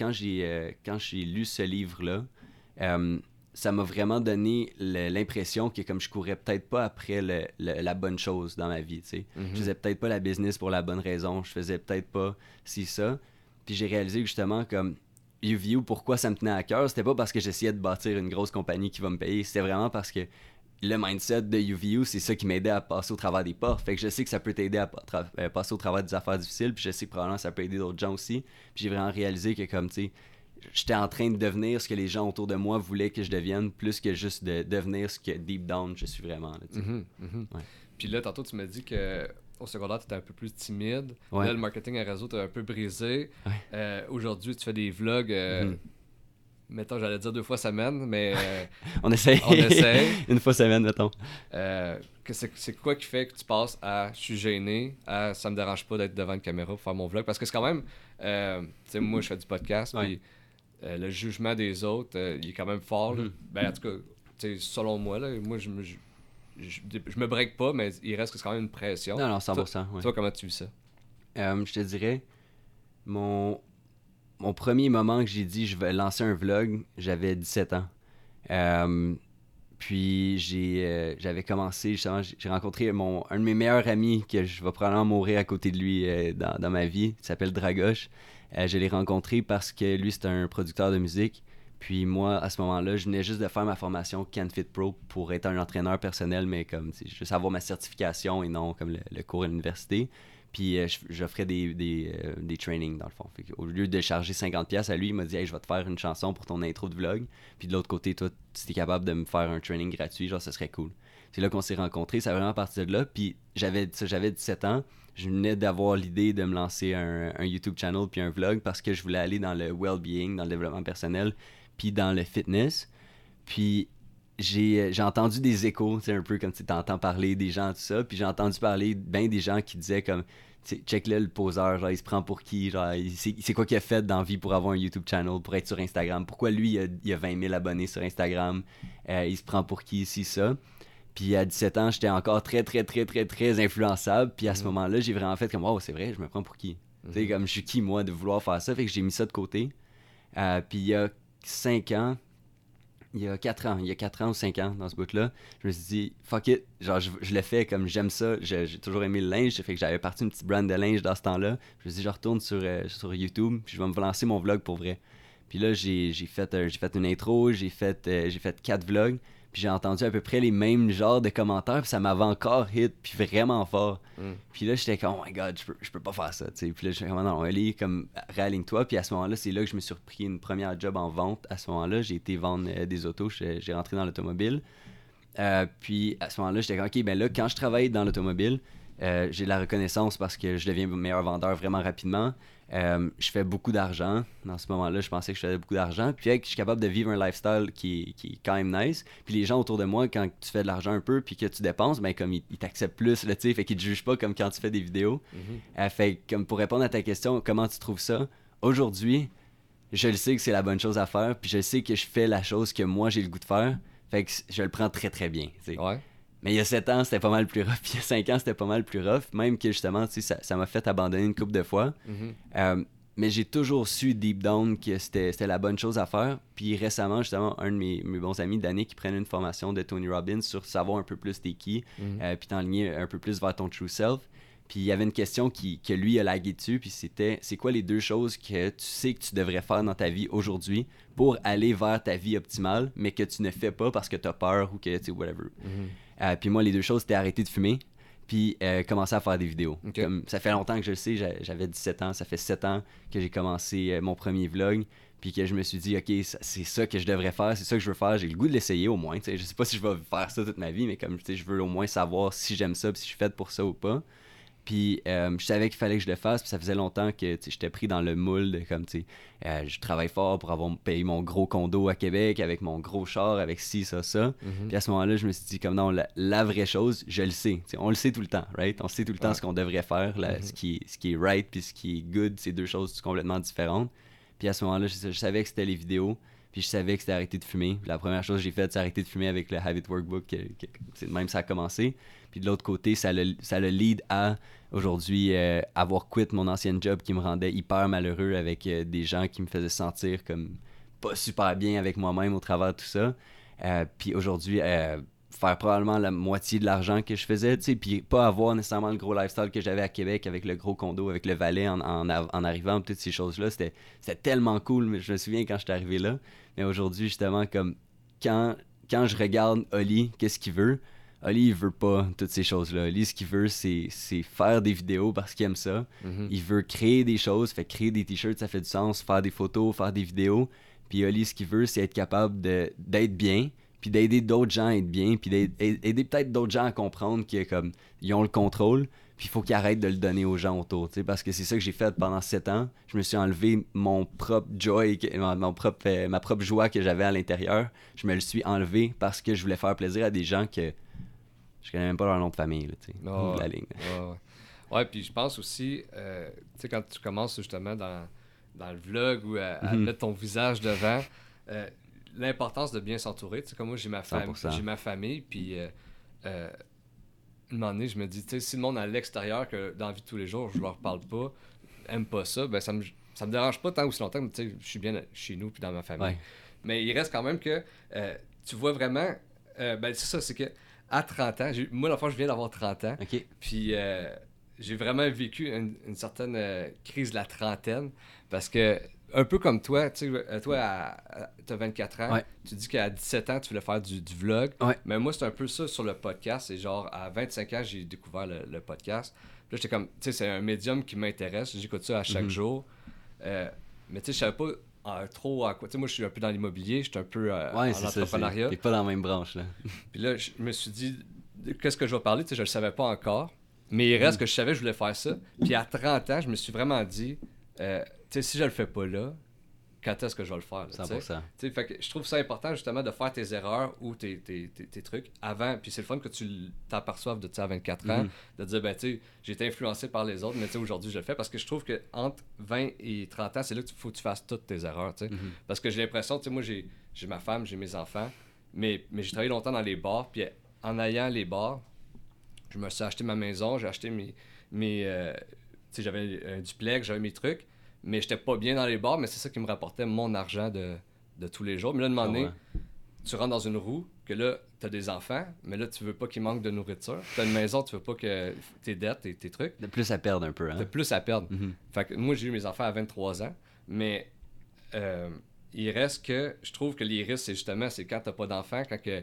j'ai lu ce livre-là, ça m'a vraiment donné l'impression que comme je courais peut-être pas après la bonne chose dans ma vie, tu sais. Mm-hmm. Je faisais peut-être pas la business pour la bonne raison, je faisais peut-être pas ci, ça. Puis j'ai réalisé que justement, comme YouView, pourquoi ça me tenait à cœur, c'était pas parce que j'essayais de bâtir une grosse compagnie qui va me payer, c'était vraiment parce que le mindset de YouView, c'est ça qui m'aidait à passer au travers des portes. Fait que je sais que ça peut t'aider à passer au travers des affaires difficiles, puis je sais que probablement ça peut aider d'autres gens aussi. Puis j'ai vraiment réalisé que comme, tu sais, j'étais en train de devenir ce que les gens autour de moi voulaient que je devienne, plus que juste de devenir ce que deep down je suis vraiment. Là, Ouais. Puis là, tantôt, tu m'as dit que au secondaire, tu étais un peu plus timide. Ouais. Là, le marketing à réseau, tu un peu brisé. Ouais. Aujourd'hui, tu fais des vlogs, mettons, j'allais dire 2 fois semaine, mais On essaye. on essaye. Une fois semaine, mettons. C'est quoi qui fait que tu passes à je suis gêné, à ça me dérange pas d'être devant une caméra pour faire mon vlog? Parce que c'est quand même, tu sais, moi, je fais du podcast, puis le jugement des autres, il est quand même fort. Là. Ben, en tout cas, tu sais, selon moi, là, moi, je me break pas, mais il reste que c'est quand même une pression. Non, 100%. Toi, comment tu vis ça? Je te dirais, mon premier moment que j'ai dit je vais lancer un vlog, j'avais 17 ans. Puis j'avais commencé, justement, j'ai rencontré un de mes meilleurs amis que je vais probablement mourir à côté de lui dans ma vie, il s'appelle Dragoche. Je l'ai rencontré parce que lui, c'est un producteur de musique. Puis moi, à ce moment-là, je venais juste de faire ma formation CanFit Pro pour être un entraîneur personnel, mais comme juste avoir ma certification et non comme le cours à l'université. Puis j'offrais des trainings dans le fond. Au lieu de charger 50$ à lui, il m'a dit « Hey, je vais te faire une chanson pour ton intro de vlog. Puis de l'autre côté, toi, si t'es capable de me faire un training gratuit, genre, ça serait cool. » C'est là qu'on s'est rencontrés, ça a vraiment parti de là. Puis j'avais 17 ans, je venais d'avoir l'idée de me lancer un YouTube channel puis un vlog parce que je voulais aller dans le well-being, dans le développement personnel, puis dans le fitness. Puis j'ai entendu des échos, un peu comme tu t'entends parler des gens, tout ça. Puis j'ai entendu parler ben des gens qui disaient comme, check-le le poseur, genre il se prend pour qui, genre c'est quoi qu'il a fait dans la vie pour avoir un YouTube channel, pour être sur Instagram. Pourquoi lui, il a 20 000 abonnés sur Instagram, il se prend pour qui, ici, ça. Puis à 17 ans, j'étais encore très, très, très, très, très influençable. Puis à ce moment-là, j'ai vraiment fait comme, wow, c'est vrai, je me prends pour qui? Tu sais, comme je suis qui, moi, de vouloir faire ça? Fait que j'ai mis ça de côté. Puis il y a 5 ans, il y a 4 ans ou 5 ans dans ce bout-là, je me suis dit, fuck it, genre je le fais comme j'aime ça, j'ai toujours aimé le linge, fait que j'avais parti une petite brand de linge dans ce temps-là. Je me suis dit, je retourne sur YouTube, puis je vais me lancer mon vlog pour vrai. Puis là, j'ai fait une intro, j'ai fait 4 vlogs, puis j'ai entendu à peu près les mêmes genres de commentaires, puis ça m'avait encore hit, puis vraiment fort. Puis là, j'étais comme, oh my god, je peux pas faire ça, tu sais. Puis là, j'étais comme, non, allez, comme, réaligne-toi. Puis à ce moment-là, c'est là que je me suis repris une première job en vente. À ce moment-là, j'ai été vendre des autos, j'ai rentré dans l'automobile. Puis à ce moment-là, j'étais comme, ok, ben là, quand je travaille dans l'automobile, j'ai de la reconnaissance parce que je deviens meilleur vendeur vraiment rapidement. Je fais beaucoup d'argent. Dans ce moment-là, je pensais que je faisais beaucoup d'argent. Puis je suis capable de vivre un lifestyle qui est quand même nice. Puis les gens autour de moi, quand tu fais de l'argent un peu puis que tu dépenses, ben comme ils t'acceptent plus, là, tu sais. Fait qu'ils te jugent pas comme quand tu fais des vidéos. Fait comme pour répondre à ta question, comment tu trouves ça? Aujourd'hui, je le sais que c'est la bonne chose à faire. Puis je sais que je fais la chose que moi j'ai le goût de faire. Fait que je le prends très très bien, tu sais. Ouais. Mais il y a 7 ans, c'était pas mal plus rough. Puis il y a 5 ans, c'était pas mal plus rough. Même que justement, tu sais, ça m'a fait abandonner une couple de fois. Mais j'ai toujours su deep down que c'était la bonne chose à faire. Puis récemment, justement, un de mes bons amis d'année qui prennent une formation de Tony Robbins sur savoir un peu plus t'es qui, puis t'enligner un peu plus vers ton true self. Puis il y avait une question que lui a lagué dessus, puis c'était, c'est quoi les 2 choses que tu sais que tu devrais faire dans ta vie aujourd'hui pour aller vers ta vie optimale, mais que tu ne fais pas parce que t'as peur ou que, tu sais, whatever. Puis moi, les 2 choses, c'était arrêter de fumer, puis commencer à faire des vidéos. Okay. Comme, ça fait longtemps que je le sais, j'avais 17 ans, ça fait 7 ans que j'ai commencé mon premier vlog, puis que je me suis dit, ok, c'est ça que je devrais faire, c'est ça que je veux faire, j'ai le goût de l'essayer au moins. T'sais. Je sais pas si je vais faire ça toute ma vie, mais comme je veux au moins savoir si j'aime ça, puis si je suis fait pour ça ou pas. Puis je savais qu'il fallait que je le fasse, puis ça faisait longtemps que j'étais pris dans le moule de comme, tu sais, je travaille fort pour avoir payé mon gros condo à Québec, avec mon gros char, avec ci, ça. Puis à ce moment-là, je me suis dit, comme non, la vraie chose, je le sais. T'sais, on le sait tout le temps, right? On sait tout le temps ce qu'on devrait faire, ce qui est right, puis ce qui est good, c'est 2 choses complètement différentes. Puis à ce moment-là, je savais que c'était les vidéos, puis je savais que c'était arrêter de fumer. La première chose que j'ai faite, c'est arrêter de fumer avec le Habit Workbook, c'est même ça a commencé. Puis de l'autre côté, ça le lead à aujourd'hui avoir quitté mon ancien job qui me rendait hyper malheureux avec des gens qui me faisaient sentir comme pas super bien avec moi-même au travers de tout ça. Puis aujourd'hui, faire probablement la moitié de l'argent que je faisais, tu sais, puis pas avoir nécessairement le gros lifestyle que j'avais à Québec avec le gros condo, avec le valet en arrivant, toutes ces choses-là. C'était tellement cool, mais je me souviens quand j'étais arrivé là. Mais aujourd'hui, justement, comme quand je regarde Oli, qu'est-ce qu'il veut? Oli, il veut pas toutes ces choses-là. Oli, ce qu'il veut, c'est faire des vidéos parce qu'il aime ça. Mhm. Il veut créer des choses, fait créer des t-shirts, ça fait du sens, faire des photos, faire des vidéos. Puis Oli, ce qu'il veut, c'est être capable d'être bien, puis d'aider d'autres gens à être bien, puis d'aider peut-être d'autres gens à comprendre qu'ils ont le contrôle, puis il faut qu'ils arrêtent de le donner aux gens autour, tu sais, parce que c'est ça que j'ai fait pendant 7 ans. Je me suis enlevé mon propre joy, ma propre joie que j'avais à l'intérieur. Je me le suis enlevé parce que je voulais faire plaisir à des gens que je connais même pas leur nom de famille, là, tu sais, Oh, de la ligne. Ouais, puis je pense aussi, tu sais, quand tu commences justement dans le vlog ou à mettre ton visage devant, l'importance de bien s'entourer. Tu sais, comme moi, j'ai ma famille, puis un moment donné, je me dis, tu sais, si le monde à l'extérieur, que dans la vie de tous les jours, je leur parle pas, aime pas ça, ben ça me dérange pas tant aussi longtemps, mais tu sais, je suis bien chez nous puis dans ma famille. Ouais. Mais il reste quand même que tu vois vraiment, ben c'est ça, c'est que à 30 ans, moi, la fois, je viens d'avoir 30 ans, OK. puis j'ai vraiment vécu une certaine crise de la trentaine, parce que, un peu comme toi, tu sais, toi, t'as 24 ans, Ouais. tu dis qu'à 17 ans, tu voulais faire du vlog, Ouais. mais moi, c'est un peu ça sur le podcast, c'est genre, à 25 ans, j'ai découvert le podcast, puis là, j'étais comme, tu sais, c'est un médium qui m'intéresse, j'écoute ça à chaque jour, mais tu sais, je savais pas trop à quoi, tu sais, moi, je suis un peu dans l'immobilier, je suis un peu Ouais, en entrepreneuriat. T'es pas dans la même branche, là. Puis là, je me suis dit, qu'est-ce que je vais parler? Tu sais, je le savais pas encore. Mais il reste que je savais que je voulais faire ça. Puis à 30 ans, je me suis vraiment dit, tu sais, si je le fais pas là, quand est-ce que je vais le faire? Là, 100%. tu sais, fait que je trouve ça important justement de faire tes erreurs ou tes trucs avant. Puis c'est le fun que tu t'aperçoives de ça à 24 ans, de dire, ben tu sais, j'ai été influencé par les autres, mais tu sais, aujourd'hui je le fais parce que je trouve que entre 20 et 30 ans, c'est là qu'il faut que tu fasses toutes tes erreurs, tu sais. Parce que j'ai l'impression, tu sais, moi j'ai ma femme, j'ai mes enfants, mais j'ai travaillé longtemps dans les bars, puis en ayant les bars, je me suis acheté ma maison, j'ai acheté mes tu sais, j'avais un duplex, j'avais mes trucs, mais j'étais pas bien dans les bars, mais c'est ça qui me rapportait mon argent de tous les jours. Mais là, de moment donné, tu rentres dans une roue, que là, t'as des enfants, mais là, tu veux pas qu'ils manquent de nourriture. T'as une maison, tu veux pas que tes dettes et tes trucs. De plus à perdre un peu, hein? De plus à perdre. Fait que moi, j'ai eu mes enfants à 23 ans, mais il reste que, je trouve que les risques, c'est quand t'as pas d'enfants, quand que...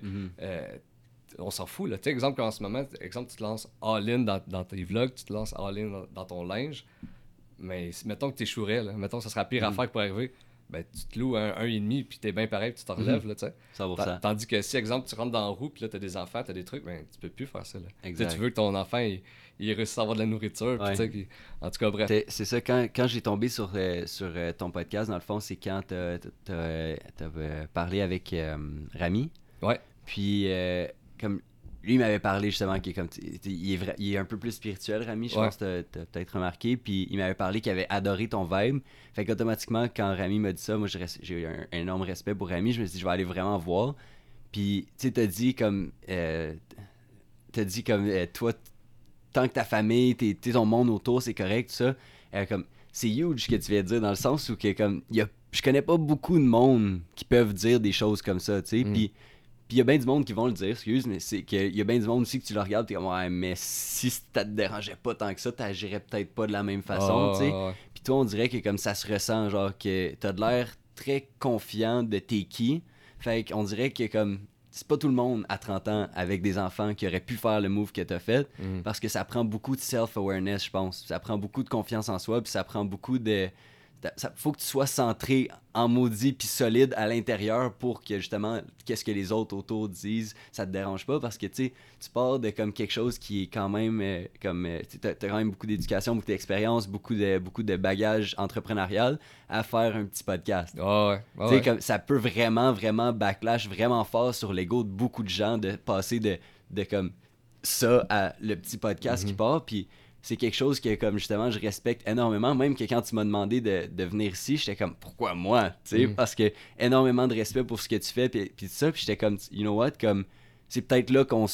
on s'en fout, là. Tu sais, exemple, en ce moment, tu te lances all-in dans tes vlogs, tu te lances all-in dans ton linge, mais mettons que t'échouerais, là, mettons que ça sera la pire affaire qui pourrait arriver, ben tu te loues un et demi, puis t'es bien pareil, puis tu te relèves, là, tu sais. 100%. Tandis que si, exemple, tu rentres dans la roue, puis là, t'as des enfants, t'as des trucs, ben tu peux plus faire ça, là. Exact. Tu veux que ton enfant, il réussisse à avoir de la nourriture, puis tu sais, en tout cas, bref. C'est ça, quand j'ai tombé sur ton podcast, dans le fond, c'est quand t'as parlé avec Rami. Ouais. Puis, comme lui, il m'avait parlé justement il est un peu plus spirituel, Rami, je pense que t'as peut-être remarqué. Puis, il m'avait parlé qu'il avait adoré ton vibe. Fait qu'automatiquement, quand Rami m'a dit ça, moi, j'ai eu un énorme respect pour Rami. Je me suis dit, je vais aller vraiment voir. Puis, tu sais, t'as dit comme toi, tant que ta famille, ton monde autour, c'est correct, tout ça. Comme, c'est huge ce que tu viens de dire, dans le sens où que, comme, je connais pas beaucoup de monde qui peuvent dire des choses comme ça, tu sais. Puis il y a bien du monde qui vont le dire, excuse, mais c'est qu'il y a bien du monde aussi que tu le regardes, t'es comme, ouais, mais si ça te dérangeait pas tant que ça, t'agirais peut-être pas de la même façon, tu sais. Puis toi, on dirait que comme ça se ressent, genre que t'as de l'air très confiant de t'es qui. Fait qu'on dirait que comme, c'est pas tout le monde à 30 ans avec des enfants qui aurait pu faire le move que t'as fait, parce que ça prend beaucoup de self-awareness, je pense. Ça prend beaucoup de confiance en soi, puis ça prend beaucoup de... faut que tu sois centré en maudit puis solide à l'intérieur pour que justement qu'est-ce que les autres autour disent ça te dérange pas, parce que tu sais tu pars de comme quelque chose qui est quand même t'as quand même beaucoup d'éducation, beaucoup d'expérience, beaucoup de bagages entrepreneurial à faire un petit podcast. Comme ça peut vraiment backlash vraiment fort sur l'ego de beaucoup de gens de passer de comme ça à le petit podcast qui part. Puis c'est quelque chose que, comme justement, je respecte énormément. Même que quand tu m'as demandé de venir ici, j'étais comme, pourquoi moi? Tu sais, parce que énormément de respect pour ce que tu fais, puis tout ça. Puis j'étais comme, you know what? Comme, c'est peut-être là qu'on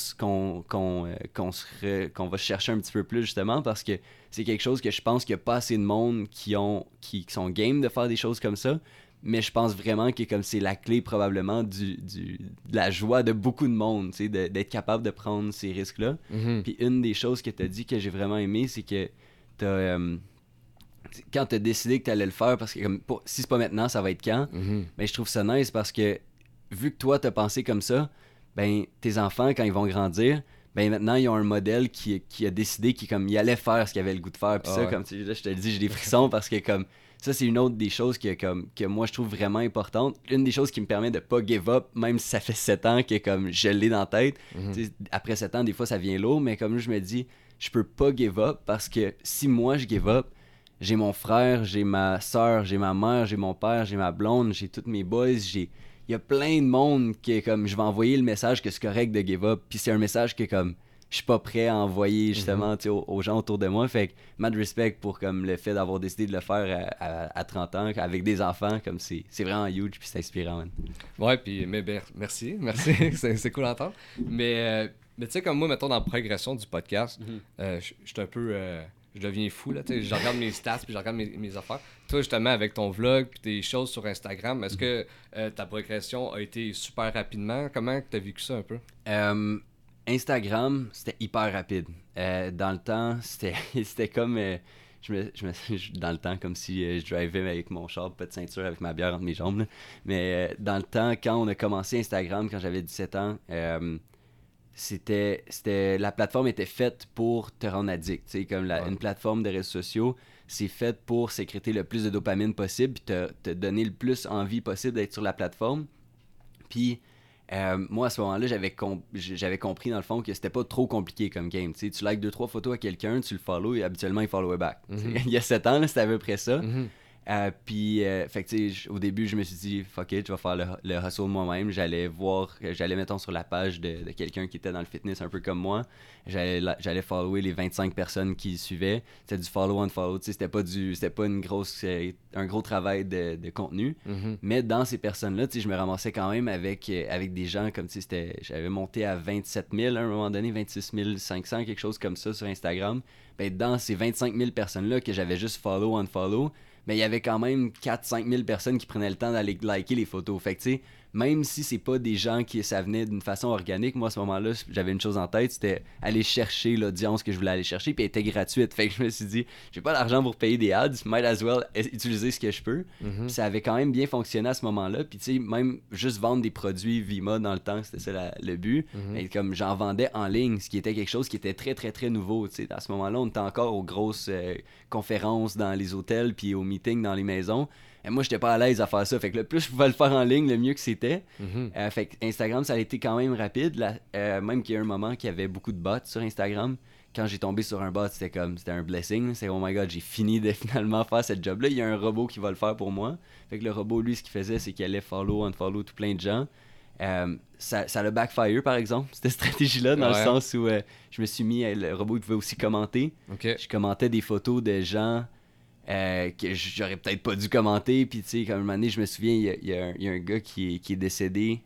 va chercher un petit peu plus, justement, parce que c'est quelque chose que je pense qu'il n'y a pas assez de monde qui sont game de faire des choses comme ça. mais je pense vraiment que comme c'est la clé probablement de la joie de beaucoup de monde, tu sais, d'être capable de prendre ces risques-là. Puis une des choses que tu as dit que j'ai vraiment aimé, c'est que quand tu as décidé que tu allais le faire, parce que comme, si c'est pas maintenant, ça va être quand, mais je trouve ça nice parce que vu que toi, tu as pensé comme ça, ben tes enfants, quand ils vont grandir, ben maintenant, ils ont un modèle qui a décidé qu'il comme, il allait faire ce qu'il avait le goût de faire. Puis ça, comme là, je te le dis, j'ai des frissons parce que comme ça, c'est une autre des choses que moi, je trouve vraiment importante. Une des choses qui me permet de pas give up, même si ça fait 7 ans que comme je l'ai dans la tête. Après 7 ans, des fois, ça vient lourd, mais comme je me dis, je peux pas give up parce que si moi, je give up, j'ai mon frère, j'ai ma soeur, j'ai ma mère, j'ai mon père, j'ai ma blonde, j'ai tous mes boys, il y a plein de monde qui comme je vais envoyer le message que c'est correct de give up, puis c'est un message que comme je suis pas prêt à envoyer justement aux gens autour de moi. Fait que mad respect pour comme le fait d'avoir décidé de le faire à 30 ans avec des enfants, comme c'est vraiment huge puis c'est inspirant, man. Ouais, puis mais merci c'est cool d'entendre. Mais tu sais, comme moi, mettons, dans la progression du podcast, je suis un peu... je deviens fou, là, tu sais, je regarde mes stats, puis je regarde mes affaires. Toi, justement, avec ton vlog, puis tes choses sur Instagram, est-ce que ta progression a été super rapidement? Comment tu as vécu ça un peu? Instagram, c'était hyper rapide. Dans le temps, c'était comme... dans le temps, comme si je drivais avec mon char, pas de ceinture, avec ma bière entre mes jambes. Là. Mais dans le temps, quand on a commencé Instagram, quand j'avais 17 ans, la plateforme était faite pour te rendre addict. Tu sais, comme une plateforme de réseaux sociaux, c'est faite pour sécréter le plus de dopamine possible, puis te donner le plus envie possible d'être sur la plateforme. Puis moi, à ce moment-là, j'avais compris dans le fond que c'était pas trop compliqué comme game. Tu likes 2-3 photos à quelqu'un, tu le follow et habituellement, il follow back. Il y a 7 ans, là, c'était à peu près ça. Puis, fait que, au début, je me suis dit, fuck it, je vais faire le hustle moi-même. J'allais, mettons, sur la page de quelqu'un qui était dans le fitness un peu comme moi. J'allais follower les 25 personnes qui suivaient. C'était du follow-on-follow. C'était pas un gros travail de contenu. Mais dans ces personnes-là, je me ramassais quand même avec des gens comme, j'avais monté à 27 000 à un moment donné, 26 500, quelque chose comme ça sur Instagram. Ben, dans ces 25 000 personnes-là que j'avais juste follow-on-follow, mais il y avait quand même 4-5 000 personnes qui prenaient le temps d'aller liker les photos. Fait que, tu sais, même si c'est pas des gens ça venait d'une façon organique, moi, à ce moment-là, j'avais une chose en tête, c'était aller chercher l'audience que je voulais aller chercher, puis elle était gratuite. Fait que je me suis dit, j'ai pas d'argent pour payer des ads, might as well utiliser ce que je peux. Puis ça avait quand même bien fonctionné à ce moment-là. Puis, tu sais, même juste vendre des produits Vima dans le temps, c'était ça le but. Et comme j'en vendais en ligne, ce qui était quelque chose qui était très, très, très nouveau. Tu sais, à ce moment-là, on était encore aux grosses conférences dans les hôtels, puis aux meetings dans les maisons. Et moi, j'étais pas à l'aise à faire ça. Fait que le plus je pouvais le faire en ligne, le mieux que c'était. Fait que Instagram, ça a été quand même rapide. Même qu'il y a un moment qu'il y avait beaucoup de bots sur Instagram. Quand j'ai tombé sur un bot, c'était un blessing. C'est oh my god, j'ai fini de finalement faire cette job-là. Il y a un robot qui va le faire pour moi. Fait que le robot, lui, ce qu'il faisait, c'est qu'il allait follow, unfollow tout plein de gens. Ça a backfire, par exemple, cette stratégie-là, dans le sens où je me suis mis... le robot, il pouvait aussi commenter. Je commentais des photos de gens... que j'aurais peut-être pas dû commenter, puis tu sais, comme un moment donné, je me souviens, il y a un gars qui est décédé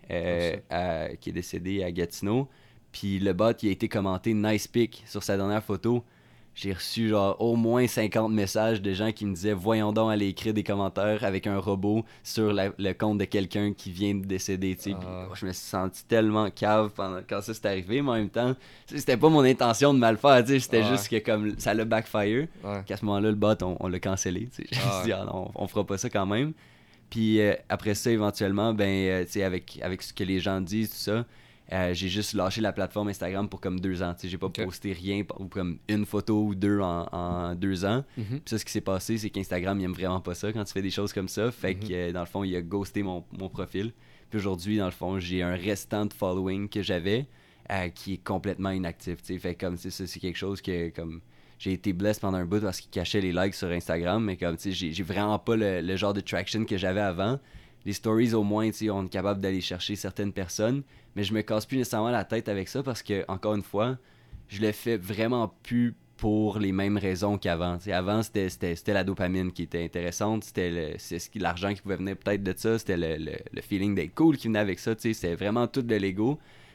à Gatineau, puis le bot, il a été commenté « Nice pic » sur sa dernière photo. J'ai reçu genre au moins 50 messages de gens qui me disaient « Voyons donc aller écrire des commentaires avec un robot sur le compte de quelqu'un qui vient de décéder. » Puis je me suis senti tellement cave quand ça s'est arrivé, mais en même temps, c'était pas mon intention de mal faire, c'était juste que comme ça l'a backfire, qu'à ce moment-là, le bot, on l'a cancellé. Je me suis dit « Ah non, on fera pas ça quand même. » Puis après ça, éventuellement, avec ce que les gens disent, tout ça, j'ai juste lâché la plateforme Instagram pour comme 2 ans. J'ai pas posté rien ou comme une photo ou deux en 2 ans. Puis ça, ce qui s'est passé, c'est qu'Instagram, il aime vraiment pas ça quand tu fais des choses comme ça. Fait que dans le fond, il a ghosté mon profil. Puis aujourd'hui, dans le fond, j'ai un restant de following que j'avais qui est complètement inactif. Fait comme c'est quelque chose que comme j'ai été blessé pendant un bout parce qu'il cachait les likes sur Instagram, mais comme j'ai vraiment pas le genre de traction que j'avais avant. Les stories, au moins, on est capable d'aller chercher certaines personnes, mais je me casse plus nécessairement la tête avec ça parce que, encore une fois, je le fais vraiment plus pour les mêmes raisons qu'avant. Avant, c'était la dopamine qui était intéressante, c'était l'argent qui pouvait venir peut-être de ça, c'était le feeling d'être cool qui venait avec ça, c'était vraiment tout de l'ego.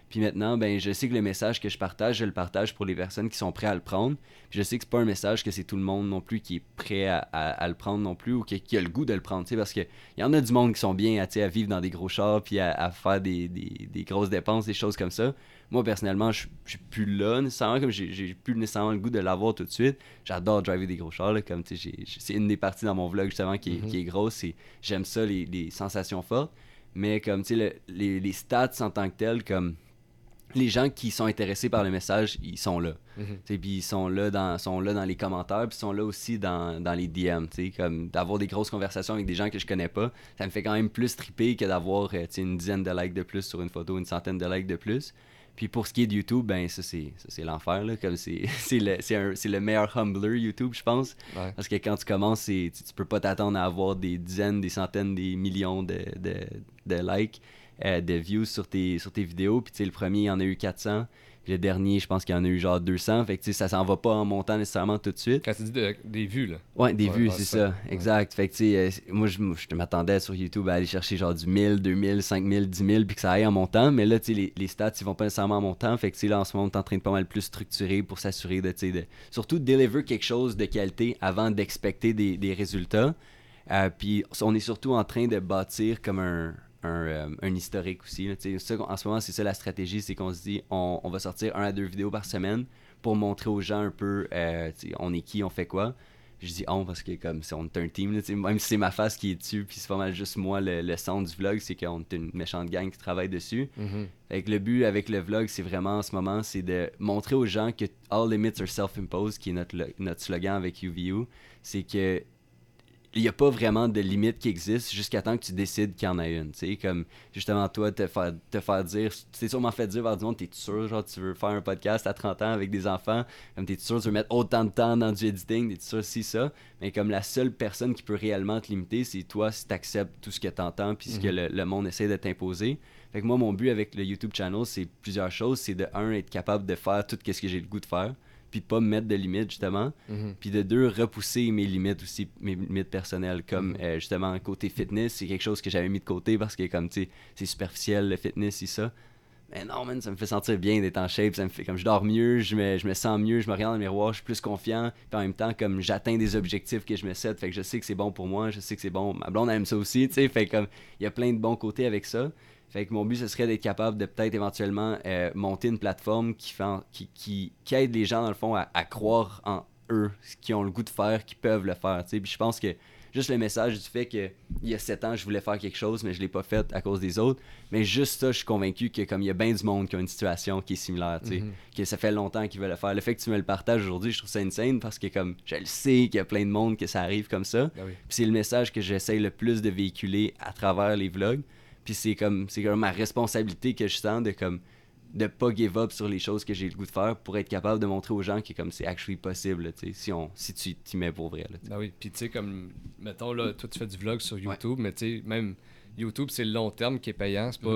Puis maintenant, ben, je sais que le message que je le partage pour les personnes qui sont prêtes à le prendre. Puis je sais que c'est pas un message que c'est tout le monde non plus qui est prêt à le prendre non plus ou qui a le goût de le prendre, tu sais, parce qu'il y en a du monde qui sont bien à vivre dans des gros chars puis à faire des grosses dépenses, des choses comme ça. Moi, personnellement, je suis plus là nécessairement, comme j'ai plus nécessairement le goût de l'avoir tout de suite. J'adore driver des gros chars, là, comme, tu sais, c'est une des parties dans mon vlog, justement, qui est grosse. J'aime ça, les sensations fortes. Mais, comme, tu sais, les stats en tant que tels, comme, les gens qui sont intéressés par le message, ils sont là. Puis ils sont là dans les commentaires, puis ils sont là aussi dans les DM. Comme d'avoir des grosses conversations avec des gens que je connais pas, ça me fait quand même plus triper que d'avoir une dizaine de likes de plus sur une photo, une centaine de likes de plus. Puis pour ce qui est de YouTube, ben ça c'est l'enfer, là. Comme c'est le meilleur humbler, YouTube, je pense. Ouais. Parce que quand tu commences, tu peux pas t'attendre à avoir des dizaines, des centaines, des millions de likes, de views sur tes vidéos. Puis tu sais, le premier, il y en a eu 400. Puis le dernier, je pense qu'il y en a eu genre 200. Fait que tu sais, ça s'en va pas en montant nécessairement tout de suite. Quand tu dis des vues, là. Ouais, des vues, c'est ça. Ouais. Exact. Fait que tu sais, moi, je m'attendais sur YouTube à aller chercher genre du 1000, 2000, 5000, 10 000, puis que ça aille en montant. Mais là, tu sais, les stats, ils vont pas nécessairement en montant. Fait que tu sais, là, en ce moment, on est en train de pas mal plus structurer pour s'assurer de, tu sais, surtout de deliver quelque chose de qualité avant d'expecter des résultats. Puis on est surtout en train de bâtir comme un historique aussi. Là. Ça, en ce moment, c'est ça la stratégie, c'est qu'on se dit on va sortir 1 à 2 vidéos par semaine pour montrer aux gens un peu on est qui, on fait quoi. Je dis on parce que comme on est un team, là, même si c'est ma face qui est dessus, puis c'est pas mal juste moi le centre du vlog, c'est qu'on est une méchante gang qui travaille dessus. Fait que le but avec le vlog, c'est vraiment en ce moment, c'est de montrer aux gens que all limits are self-imposed, qui est notre slogan avec UVU, c'est que il n'y a pas vraiment de limite qui existe jusqu'à temps que tu décides qu'il y en a une. Tu sais, comme justement, toi, te faire dire, tu t'es sûrement fait dire vers du monde, t'es sûr, genre, tu veux faire un podcast à 30 ans avec des enfants, comme t'es sûr, tu veux mettre autant de temps dans du editing, t'es sûr, si ça. Mais comme la seule personne qui peut réellement te limiter, c'est toi si t'acceptes tout ce que t'entends puis ce que le monde essaie de t'imposer. Fait que moi, mon but avec le YouTube channel, c'est plusieurs choses. C'est de, un, être capable de faire tout ce que j'ai le goût de faire, puis de pas me mettre de limites, justement. Puis de deux, repousser mes limites aussi, mes limites personnelles, comme justement côté fitness, c'est quelque chose que j'avais mis de côté parce que comme tu sais, c'est superficiel le fitness et ça. Mais non, man, ça me fait sentir bien d'être en shape, ça me fait comme je dors mieux, je me sens mieux, je me regarde dans le miroir, je suis plus confiant, puis en même temps comme j'atteins des objectifs que je me set, fait que je sais que c'est bon pour moi, je sais que c'est bon, ma blonde aime ça aussi, tu sais, fait comme il y a plein de bons côtés avec ça. Fait que mon but, ce serait d'être capable de peut-être éventuellement monter une plateforme qui aide les gens, dans le fond, à croire en eux, ce qu'ils ont le goût de faire, qu'ils peuvent le faire. T'sais. Puis je pense que juste le message du fait qu'il y a 7 ans, je voulais faire quelque chose, mais je l'ai pas fait à cause des autres. Mais juste ça, je suis convaincu que comme il y a bien du monde qui a une situation qui est similaire, que ça fait longtemps qu'ils veulent le faire. Le fait que tu me le partages aujourd'hui, je trouve ça insane parce que comme je le sais qu'il y a plein de monde que ça arrive comme ça. Ah oui. Puis c'est le message que j'essaye le plus de véhiculer à travers les vlogs. Puis c'est comme ma responsabilité que je sens de pas give up sur les choses que j'ai le goût de faire pour être capable de montrer aux gens que comme c'est actually possible, si tu t'y mets pour vrai. Là, ah oui, puis tu sais, comme, mettons, là, toi tu fais du vlog sur YouTube, mais tu sais, même YouTube, c'est le long terme qui est payant, c'est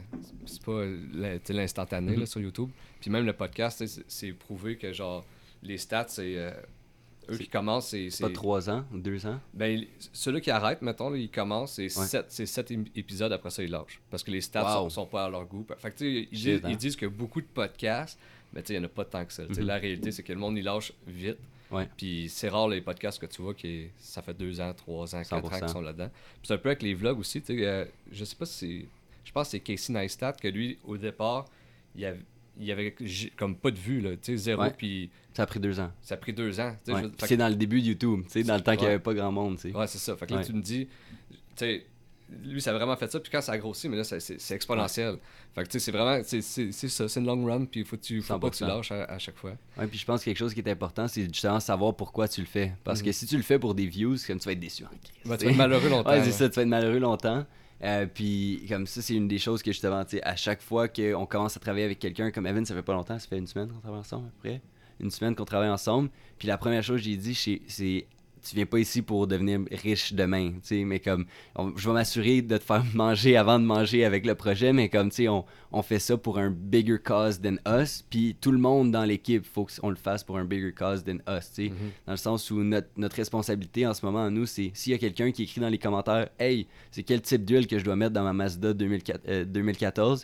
pas l'instantané là, sur YouTube. Puis même le podcast, c'est prouvé que genre, les stats, c'est... eux qui commencent, c'est... Pas 3 ans, 2 ans? Ben, ceux-là qui arrêtent, mettons, là, ils commencent, c'est 7 épisodes, après ça, ils lâchent. Parce que les stats sont pas à leur goût. Fait que, tu sais, ils disent que beaucoup de podcasts, mais tu sais, il n'y en a pas tant que ça. La réalité, c'est que le monde, il lâche vite. Puis c'est rare, les podcasts que tu vois, ça fait 2 ans, 3 ans, 4 ans qu'ils sont là-dedans. Puis c'est un peu avec les vlogs aussi, tu sais, je sais pas si c'est... Je pense que c'est Casey Neistat, que lui, au départ, il y avait comme pas de vue, là, tu sais, zéro, puis... Ça a pris 2 ans. Ça a pris 2 ans. C'est dans le début de YouTube, tu sais, dans le temps qu'il n'y avait pas grand monde, tu sais. Ouais, c'est ça. Fait que là, tu me dis, tu sais, lui, ça a vraiment fait ça, puis quand ça a grossi, mais là, c'est exponentiel. Fait que, tu sais, c'est vraiment, c'est ça, c'est une long run, puis faut pas que tu lâches à chaque fois. Ouais, puis je pense que quelque chose qui est important, c'est justement savoir pourquoi tu le fais. Parce que si tu le fais pour des views, comme tu vas être déçu en Christ. Tu vas être malheureux longtemps. Ouais, c'est ça, tu vas être malheureux longtemps. Puis comme ça, c'est une des choses que justement, tu sais, à chaque fois qu'on commence à travailler avec quelqu'un, comme Evan, ça fait pas longtemps, ça fait 1 semaine qu'on travaille ensemble, après. 1 semaine qu'on travaille ensemble. Puis la première chose que j'ai dit, c'est tu viens pas ici pour devenir riche demain, tu sais, mais comme, je vais m'assurer de te faire manger avant de manger avec le projet, mais comme, tu sais, on fait ça pour un bigger cause than us, puis tout le monde dans l'équipe, faut qu'on le fasse pour un bigger cause than us, tu sais, dans le sens où notre responsabilité en ce moment à nous, c'est s'il y a quelqu'un qui écrit dans les commentaires « Hey, c'est quel type d'huile que je dois mettre dans ma Mazda 2014 »,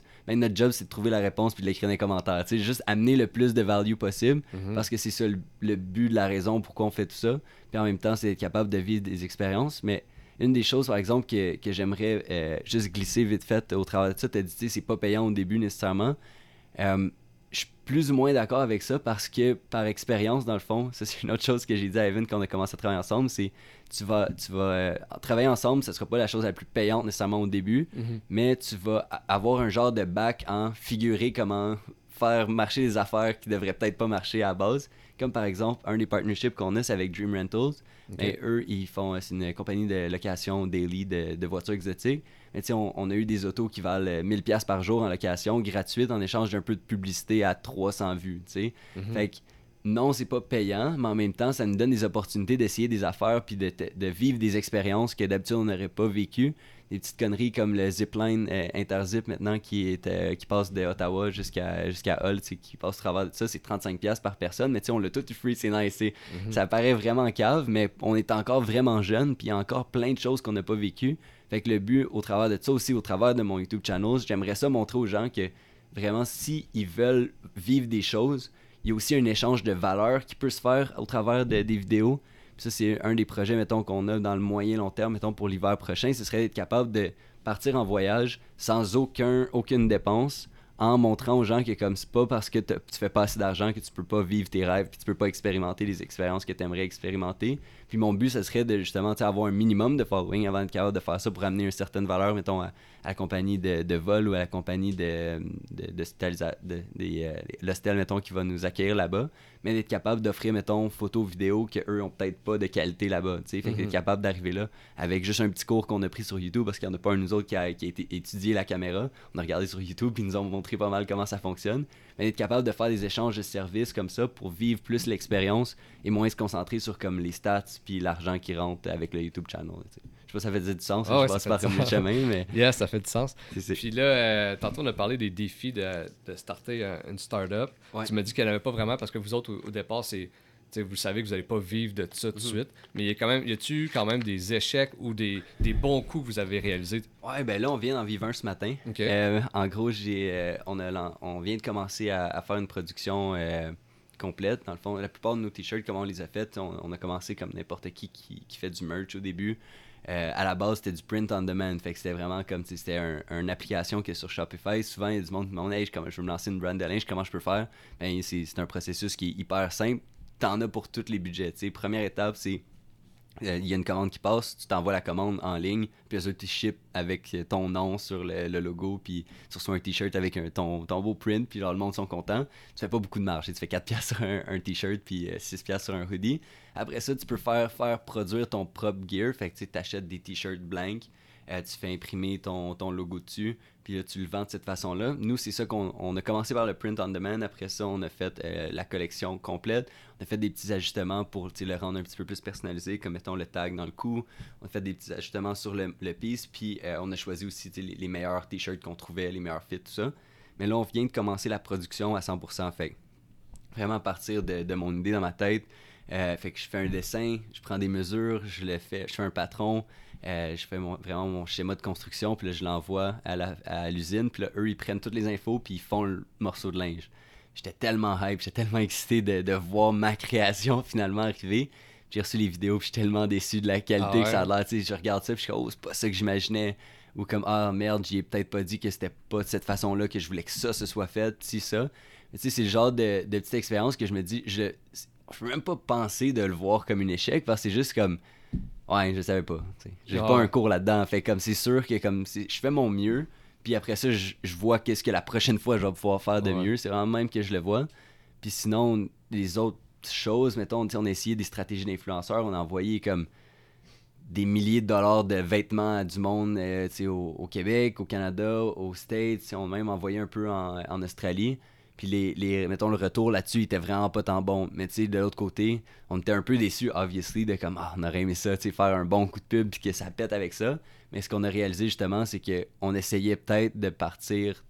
ben notre job, c'est de trouver la réponse puis de l'écrire dans les commentaires, tu sais, juste amener le plus de value possible, parce que c'est ça le but de la raison pourquoi on fait tout ça, puis en même temps, c'est d'être capable de vivre des expériences, mais une des choses, par exemple, que j'aimerais juste glisser vite fait au travers de ça, t'as dit, c'est pas payant au début nécessairement. Je suis plus ou moins d'accord avec ça parce que, par expérience, dans le fond, ça c'est une autre chose que j'ai dit à Evan quand on a commencé à travailler ensemble, c'est tu vas travailler ensemble, ça sera pas la chose la plus payante nécessairement au début, mais tu vas avoir un genre de bac en figurer comment faire marcher des affaires qui devraient peut-être pas marcher à la base. Comme par exemple, un des partnerships qu'on a, c'est avec Dream Rentals. Okay. Et eux, c'est une compagnie de location daily de voitures exotiques. Mais tu sais, on a eu des autos qui valent 1000$ par jour en location, gratuite, en échange d'un peu de publicité à 300 vues, tu sais. Fait que non, c'est pas payant, mais en même temps, ça nous donne des opportunités d'essayer des affaires puis de vivre des expériences que d'habitude, on n'aurait pas vécues. Des petites conneries comme le zipline Interzip maintenant qui passe de Ottawa jusqu'à Hull, qui passe au travers de ça, c'est 35$ par personne, mais tu sais, on l'a tout free, c'est nice. Ça paraît vraiment cave, mais on est encore vraiment jeune, puis il y a encore plein de choses qu'on n'a pas vécues. Fait que le but, au travers de ça aussi, au travers de mon YouTube channel, j'aimerais ça montrer aux gens que vraiment, si ils veulent vivre des choses, il y a aussi un échange de valeurs qui peut se faire au travers des vidéos. Puis ça, c'est un des projets, mettons, qu'on a dans le moyen long terme, mettons, pour l'hiver prochain. Ce serait d'être capable de partir en voyage sans aucune dépense, en montrant aux gens que comme c'est pas parce que tu fais pas assez d'argent que tu peux pas vivre tes rêves, puis tu peux pas expérimenter les expériences que tu aimerais expérimenter. Puis mon but, ce serait de justement avoir un minimum de following avant d'être capable de faire ça pour amener une certaine valeur, mettons, à la compagnie de vol ou à la compagnie l'hostel, mettons, qui va nous accueillir là-bas, mais d'être capable d'offrir, mettons, photos, vidéos qu'eux ont peut-être pas de qualité là-bas, tu sais, fait d'être capable d'arriver là avec juste un petit cours qu'on a pris sur YouTube, parce qu'il y en a pas un de nous autres qui a été étudié la caméra, on a regardé sur YouTube puis ils nous ont montré pas mal comment ça fonctionne, mais d'être capable de faire des échanges de services comme ça pour vivre plus l'expérience et moins se concentrer sur comme les stats puis l'argent qui rentre avec le YouTube channel, tu sais. Je sais pas si ça fait du sens, je passe par le chemin, mais... Yeah, ça fait du sens. C'est. Puis là, tantôt on a parlé des défis de starter une start-up. Ouais. Tu m'as dit qu'elle n'avait pas vraiment, parce que vous autres, au départ, vous savez que vous n'allez pas vivre de ça tout de suite, mais y a-tu quand même des échecs ou des bons coups que vous avez réalisés? Ouais, ben là, on vient d'en vivre un ce matin. Okay. En gros, on vient de commencer à faire une production complète. Dans le fond, la plupart de nos t-shirts, comment on les a fait, on a commencé comme n'importe qui fait du merch au début. À la base, c'était du print on demand. Fait que c'était vraiment comme si c'était une application qui est sur Shopify. Souvent, il y a du monde qui me demande « je veux me lancer une brand de linge, comment je peux faire? » Ben, c'est un processus qui est hyper simple. T'en as pour tous les budgets. T'sais. Première étape, c'est il y a une commande qui passe, tu t'envoies la commande en ligne, puis eux tu ship avec ton nom sur le logo, puis sur un t-shirt avec ton beau print, puis genre le monde sont contents. Tu fais pas beaucoup de marge, tu fais 4$ sur un t-shirt, puis 6$ sur un hoodie. Après ça, tu peux faire produire ton propre gear, fait que tu t'achètes des t-shirts blancs, tu fais imprimer ton logo dessus, puis là, tu le vends de cette façon-là. Nous, c'est ça qu'on a commencé par le print on demand. Après ça, on a fait la collection complète. On a fait des petits ajustements pour le rendre un petit peu plus personnalisé, comme mettons le tag dans le cou. On a fait des petits ajustements sur le piece, puis on a choisi aussi les meilleurs t-shirts qu'on trouvait, les meilleurs fits, tout ça. Mais là, on vient de commencer la production à 100%. Fait vraiment à partir de mon idée dans ma tête. Fait que je fais un dessin, je prends des mesures, je fais un patron. Je fais vraiment mon schéma de construction, puis là, je l'envoie à l'usine, puis là, eux, ils prennent toutes les infos, puis ils font le morceau de linge. J'étais tellement hype, j'étais tellement excité de voir ma création finalement arriver. J'ai reçu les vidéos, puis j'étais tellement déçu de la qualité que ça a l'air. Tu sais, je regarde ça, puis je suis comme, oh, c'est pas ça que j'imaginais. Ou comme, ah merde, j'y ai peut-être pas dit que c'était pas de cette façon-là que je voulais que ça se soit fait, si ça. Mais tu sais, c'est le genre de petite expérience que je me dis, je peux même pas penser de le voir comme un échec, parce que c'est juste comme... Ouais, je savais pas. T'sais. J'ai pas un cours là-dedans. Fait comme c'est sûr que comme je fais mon mieux, puis après ça, je vois qu'est-ce que la prochaine fois je vais pouvoir faire de mieux. C'est vraiment même que je le vois. Puis sinon, les autres choses, mettons, on a essayé des stratégies d'influenceurs. On a envoyé comme des milliers de dollars de vêtements à du monde au Québec, au Canada, aux States. On a même envoyé un peu en Australie. Puis mettons, le retour là-dessus, il était vraiment pas tant bon. Mais tu sais, de l'autre côté, on était un peu déçus, obviously, de comme, on aurait aimé ça, tu sais, faire un bon coup de pub puis que ça pète avec ça. Mais ce qu'on a réalisé, justement, c'est qu'on essayait peut-être de partir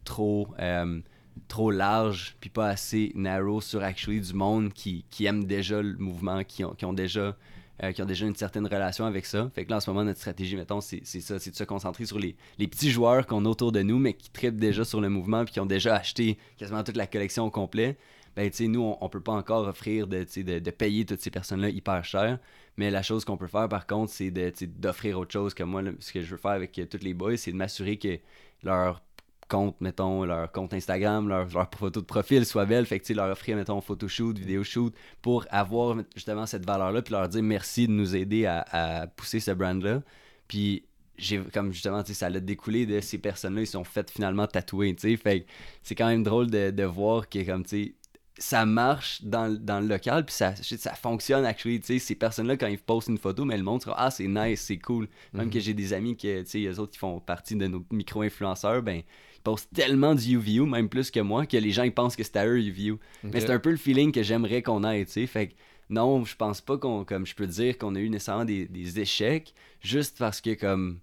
trop large puis pas assez narrow sur actually du monde qui aime déjà le mouvement, qui ont déjà une certaine relation avec ça. Fait que là, en ce moment, notre stratégie, mettons, c'est ça, c'est de se concentrer sur les petits joueurs qu'on a autour de nous, mais qui trippent déjà sur le mouvement puis qui ont déjà acheté quasiment toute la collection au complet. Ben, tu sais, nous, on peut pas encore offrir de payer toutes ces personnes-là hyper cher, mais la chose qu'on peut faire, par contre, c'est d'offrir autre chose. Comme moi, là, ce que je veux faire avec tous les boys, c'est de m'assurer que leur compte, mettons, leur compte Instagram, leur photo de profil soit belle. Fait que, tu sais, leur offrir, mettons, photoshoot, vidéoshoot pour avoir justement cette valeur-là, puis leur dire merci de nous aider à pousser ce brand-là. Puis, comme justement, tu sais, ça l'a découlé de ces personnes-là, ils se sont fait finalement tatouer, tu sais. Fait que c'est quand même drôle de voir que, comme, tu sais, ça marche dans le local, puis ça fonctionne, actually, tu sais, ces personnes-là, quand ils postent une photo, mais le monde sera « Ah, c'est nice, c'est cool. » Même que j'ai des amis que, tu sais, eux autres qui font partie de nos micro-influenceurs, ben, ils postent tellement du UVU, même plus que moi, que les gens, ils pensent que c'est à eux, UVU. Okay. Mais c'est un peu le feeling que j'aimerais qu'on ait, tu sais, fait que non, je pense pas comme je peux dire qu'on a eu nécessairement des échecs, juste parce que, comme,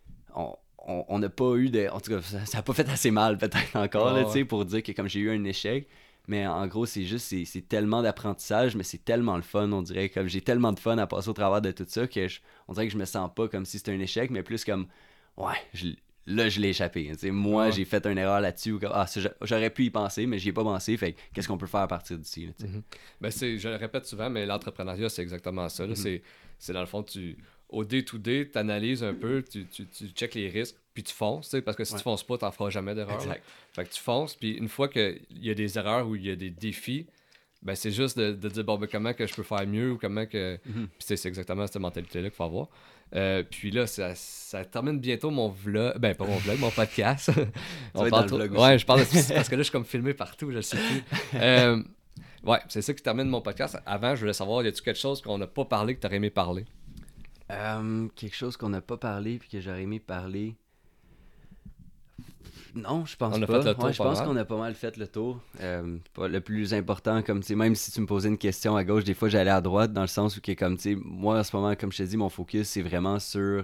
on n'a pas eu de... En tout cas, ça n'a pas fait assez mal, peut-être encore, là, tu sais, pour dire que comme j'ai eu un échec. Mais en gros, c'est juste, c'est tellement d'apprentissage, mais c'est tellement le fun, on dirait. Comme j'ai tellement de fun à passer au travers de tout ça que on dirait que je me sens pas comme si c'était un échec, mais plus comme, ouais, là, je l'ai échappé. T'sais, moi, j'ai fait une erreur là-dessus. Ou comme, j'aurais pu y penser, mais j'y ai pas pensé. Fait qu'est-ce qu'on peut faire à partir d'ici? Là, ben, je le répète souvent, mais l'entrepreneuriat, c'est exactement ça. Là. C'est dans le fond, au day-to-day, tu analyses un peu, tu checkes les risques, puis tu fonces, parce que si tu fonces pas, tu n'en feras jamais d'erreur. Fait que tu fonces, puis une fois qu'il y a des erreurs ou il y a des défis, ben c'est juste de dire, bon, ben, comment que je peux faire mieux ou comment que... Puis c'est exactement cette mentalité-là qu'il faut avoir. Puis là, ça termine bientôt mon vlog. Ben, pas mon vlog, mon podcast. On parle trop... Ouais, je parle parce que là, je suis comme filmé partout, je le sais plus. Ouais, c'est ça qui termine mon podcast. Avant, je voulais savoir, y a-tu quelque chose qu'on n'a pas parlé que tu aurais aimé parler? Quelque chose qu'on n'a pas parlé puis que j'aurais aimé parler. Non, je pense pas. Fait le tour, ouais, je pense qu'on a pas mal fait le tour. Pas le plus important, comme tu sais, même si tu me posais une question à gauche, des fois j'allais à droite, dans le sens où, comme tu sais, moi en ce moment, comme je te dis, mon focus c'est vraiment sur.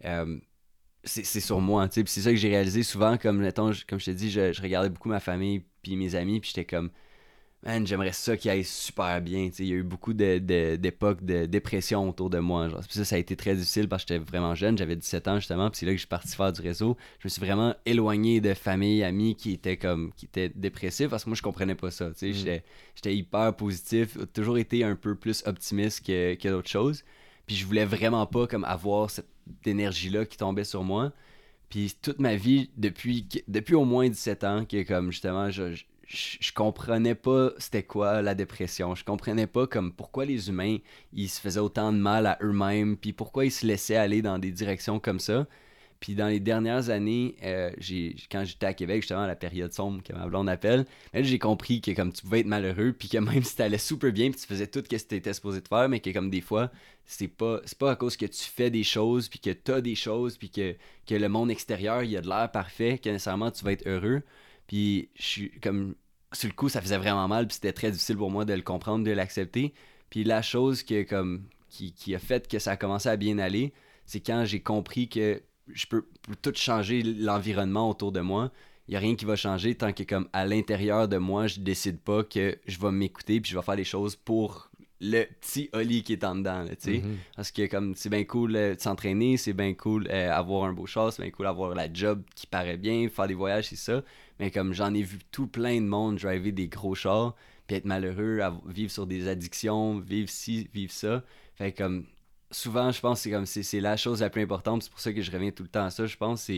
C'est sur moi, tu sais. Puis c'est ça que j'ai réalisé souvent, comme mettons, comme je te dis, je regardais beaucoup ma famille puis mes amis, puis j'étais comme. Man, j'aimerais ça qu'il aille super bien. Il y a eu beaucoup d'époques de dépression autour de moi. Genre. Puis ça a été très difficile parce que j'étais vraiment jeune. J'avais 17 ans justement. Puis c'est là que je suis parti faire du réseau. Je me suis vraiment éloigné de famille, amis qui étaient dépressifs parce que moi, je comprenais pas ça. J'étais hyper positif. J'ai toujours été un peu plus optimiste que d'autres choses. Puis je voulais vraiment pas comme avoir cette énergie-là qui tombait sur moi. Puis toute ma vie, depuis au moins 17 ans, que comme justement, je comprenais pas c'était quoi la dépression. Je comprenais pas comme pourquoi les humains ils se faisaient autant de mal à eux-mêmes, puis pourquoi ils se laissaient aller dans des directions comme ça. Puis dans les dernières années, quand j'étais à Québec, justement à la période sombre que ma blonde appelle, là, j'ai compris que comme tu pouvais être malheureux, puis que même si t'allais super bien, puis tu faisais tout ce que tu étais supposé de faire, mais que comme des fois, c'est pas à cause que tu fais des choses, puis que t'as des choses, puis que le monde extérieur, il y a de l'air parfait, que nécessairement tu vas être heureux. Puis je suis comme sur le coup, ça faisait vraiment mal, puis c'était très difficile pour moi de le comprendre, de l'accepter. Puis la chose qui a fait que ça a commencé à bien aller, c'est quand j'ai compris que je peux tout changer l'environnement autour de moi. Il n'y a rien qui va changer tant que comme à l'intérieur de moi, je décide pas que je vais m'écouter puis je vais faire les choses pour le petit Oli qui est en dedans, là, tu sais. Parce que comme c'est bien cool de s'entraîner, c'est bien cool avoir un beau char, c'est bien cool avoir la job qui paraît bien, faire des voyages, c'est ça. Mais comme j'en ai vu tout plein de monde driver des gros chars, puis être malheureux, vivre sur des addictions, vivre ci, vivre ça. Fait comme souvent, je pense que c'est la chose la plus importante, c'est pour ça que je reviens tout le temps à ça, je pense,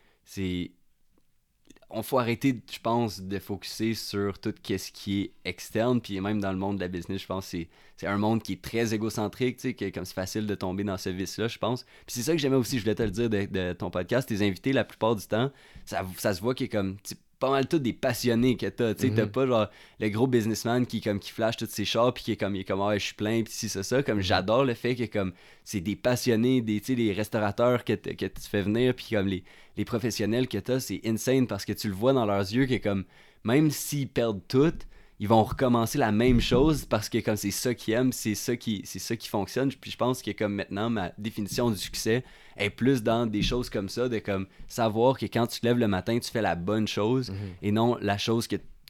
on faut arrêter, je pense, de focusser sur tout ce qui est externe, puis même dans le monde de la business, je pense que c'est un monde qui est très égocentrique, tu sais, que comme c'est facile de tomber dans ce vice-là, je pense. Puis c'est ça que j'aimais aussi, je voulais te le dire de ton podcast, tes invités, la plupart du temps, ça se voit qu'il est comme pas mal tous des passionnés que t'as, tu sais, t'as pas genre le gros businessman qui flash tous ses chars puis qui est comme ah, je suis plein puis si c'est ça, comme j'adore le fait que comme c'est des passionnés, tu sais, les restaurateurs que tu fais venir puis comme les professionnels que t'as, c'est insane parce que tu le vois dans leurs yeux que comme même s'ils perdent tout, ils vont recommencer la même chose parce que comme c'est ça qu'ils aiment, c'est ça qui fonctionne. Puis je pense que comme maintenant, ma définition du succès est plus dans des choses comme ça, de comme savoir que quand tu te lèves le matin, tu fais la bonne chose et non la chose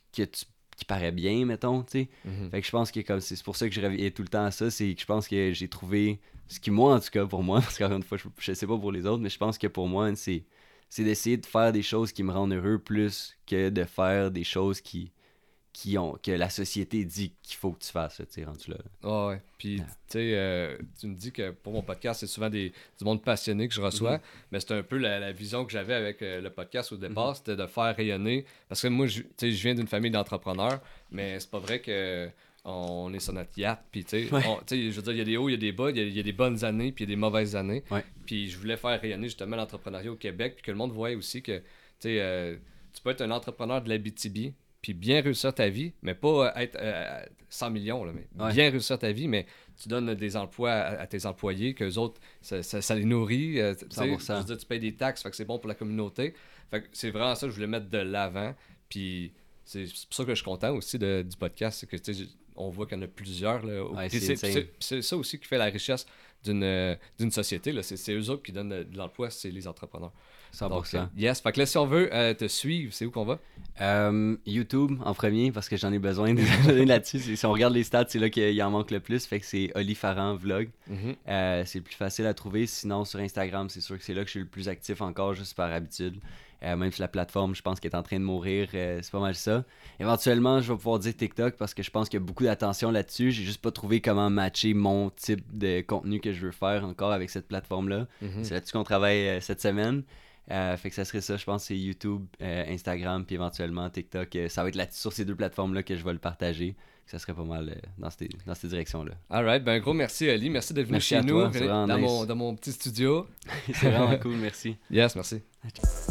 qui paraît bien, mettons, tu sais. Fait que je pense que comme c'est pour ça que je reviens tout le temps à ça, c'est que je pense que j'ai trouvé ce qui, moi, en tout cas, pour moi, parce qu'encore une fois, je sais pas pour les autres, mais je pense que pour moi, c'est d'essayer de faire des choses qui me rendent heureux plus que de faire des choses que la société dit qu'il faut que tu fasses, tu sais, rendu là. Ah ouais. Puis, tu sais, tu me dis que pour mon podcast, c'est souvent du monde passionné que je reçois, mais c'est un peu la vision que j'avais avec le podcast au départ, c'était de faire rayonner. Parce que moi, je viens d'une famille d'entrepreneurs, mais c'est pas vrai que on est sur notre yacht, puis tu sais, je veux dire, il y a des hauts, il y a des bas, il y a des bonnes années, puis il y a des mauvaises années. Ouais. Puis je voulais faire rayonner justement l'entrepreneuriat au Québec, puis que le monde voie aussi que, tu sais, tu peux être un entrepreneur de l'Abitibi, puis bien réussir ta vie, mais pas être 100 millions, là, mais bien réussir ta vie, mais tu donnes des emplois à tes employés, qu'eux autres, ça les nourrit. 100%. Je veux dire, tu payes des taxes, fait que c'est bon pour la communauté. Fait que c'est vraiment ça que je voulais mettre de l'avant. Puis c'est pour ça que je suis content aussi du podcast, c'est que tu sais, on voit qu'il y en a plusieurs. Là, c'est ça aussi qui fait la richesse d'une société. Là. C'est eux autres qui donnent de l'emploi, c'est les entrepreneurs. 100%. Donc, yes. Fait que là, si on veut te suivre, c'est où qu'on va? YouTube en premier, parce que j'en ai besoin des abonnés là-dessus. Si on regarde les stats, c'est là qu'il en manque le plus. Fait que c'est Oli Farran Vlog. C'est le plus facile à trouver. Sinon, sur Instagram, c'est sûr que c'est là que je suis le plus actif encore, juste par habitude. Même si la plateforme, je pense qu'elle est en train de mourir, c'est pas mal ça. Éventuellement, je vais pouvoir dire TikTok parce que je pense qu'il y a beaucoup d'attention là-dessus. J'ai juste pas trouvé comment matcher mon type de contenu que je veux faire encore avec cette plateforme-là. C'est là-dessus qu'on travaille cette semaine. Fait que ça serait ça, je pense, c'est YouTube, Instagram, puis éventuellement TikTok. Ça va être sur ces deux plateformes-là que je vais le partager. Ça serait pas mal dans ces directions-là. Alright, ben un gros merci Ali, merci d'être venu chez nous, toi, dans mon petit studio. C'est vraiment cool, merci. Yes, merci.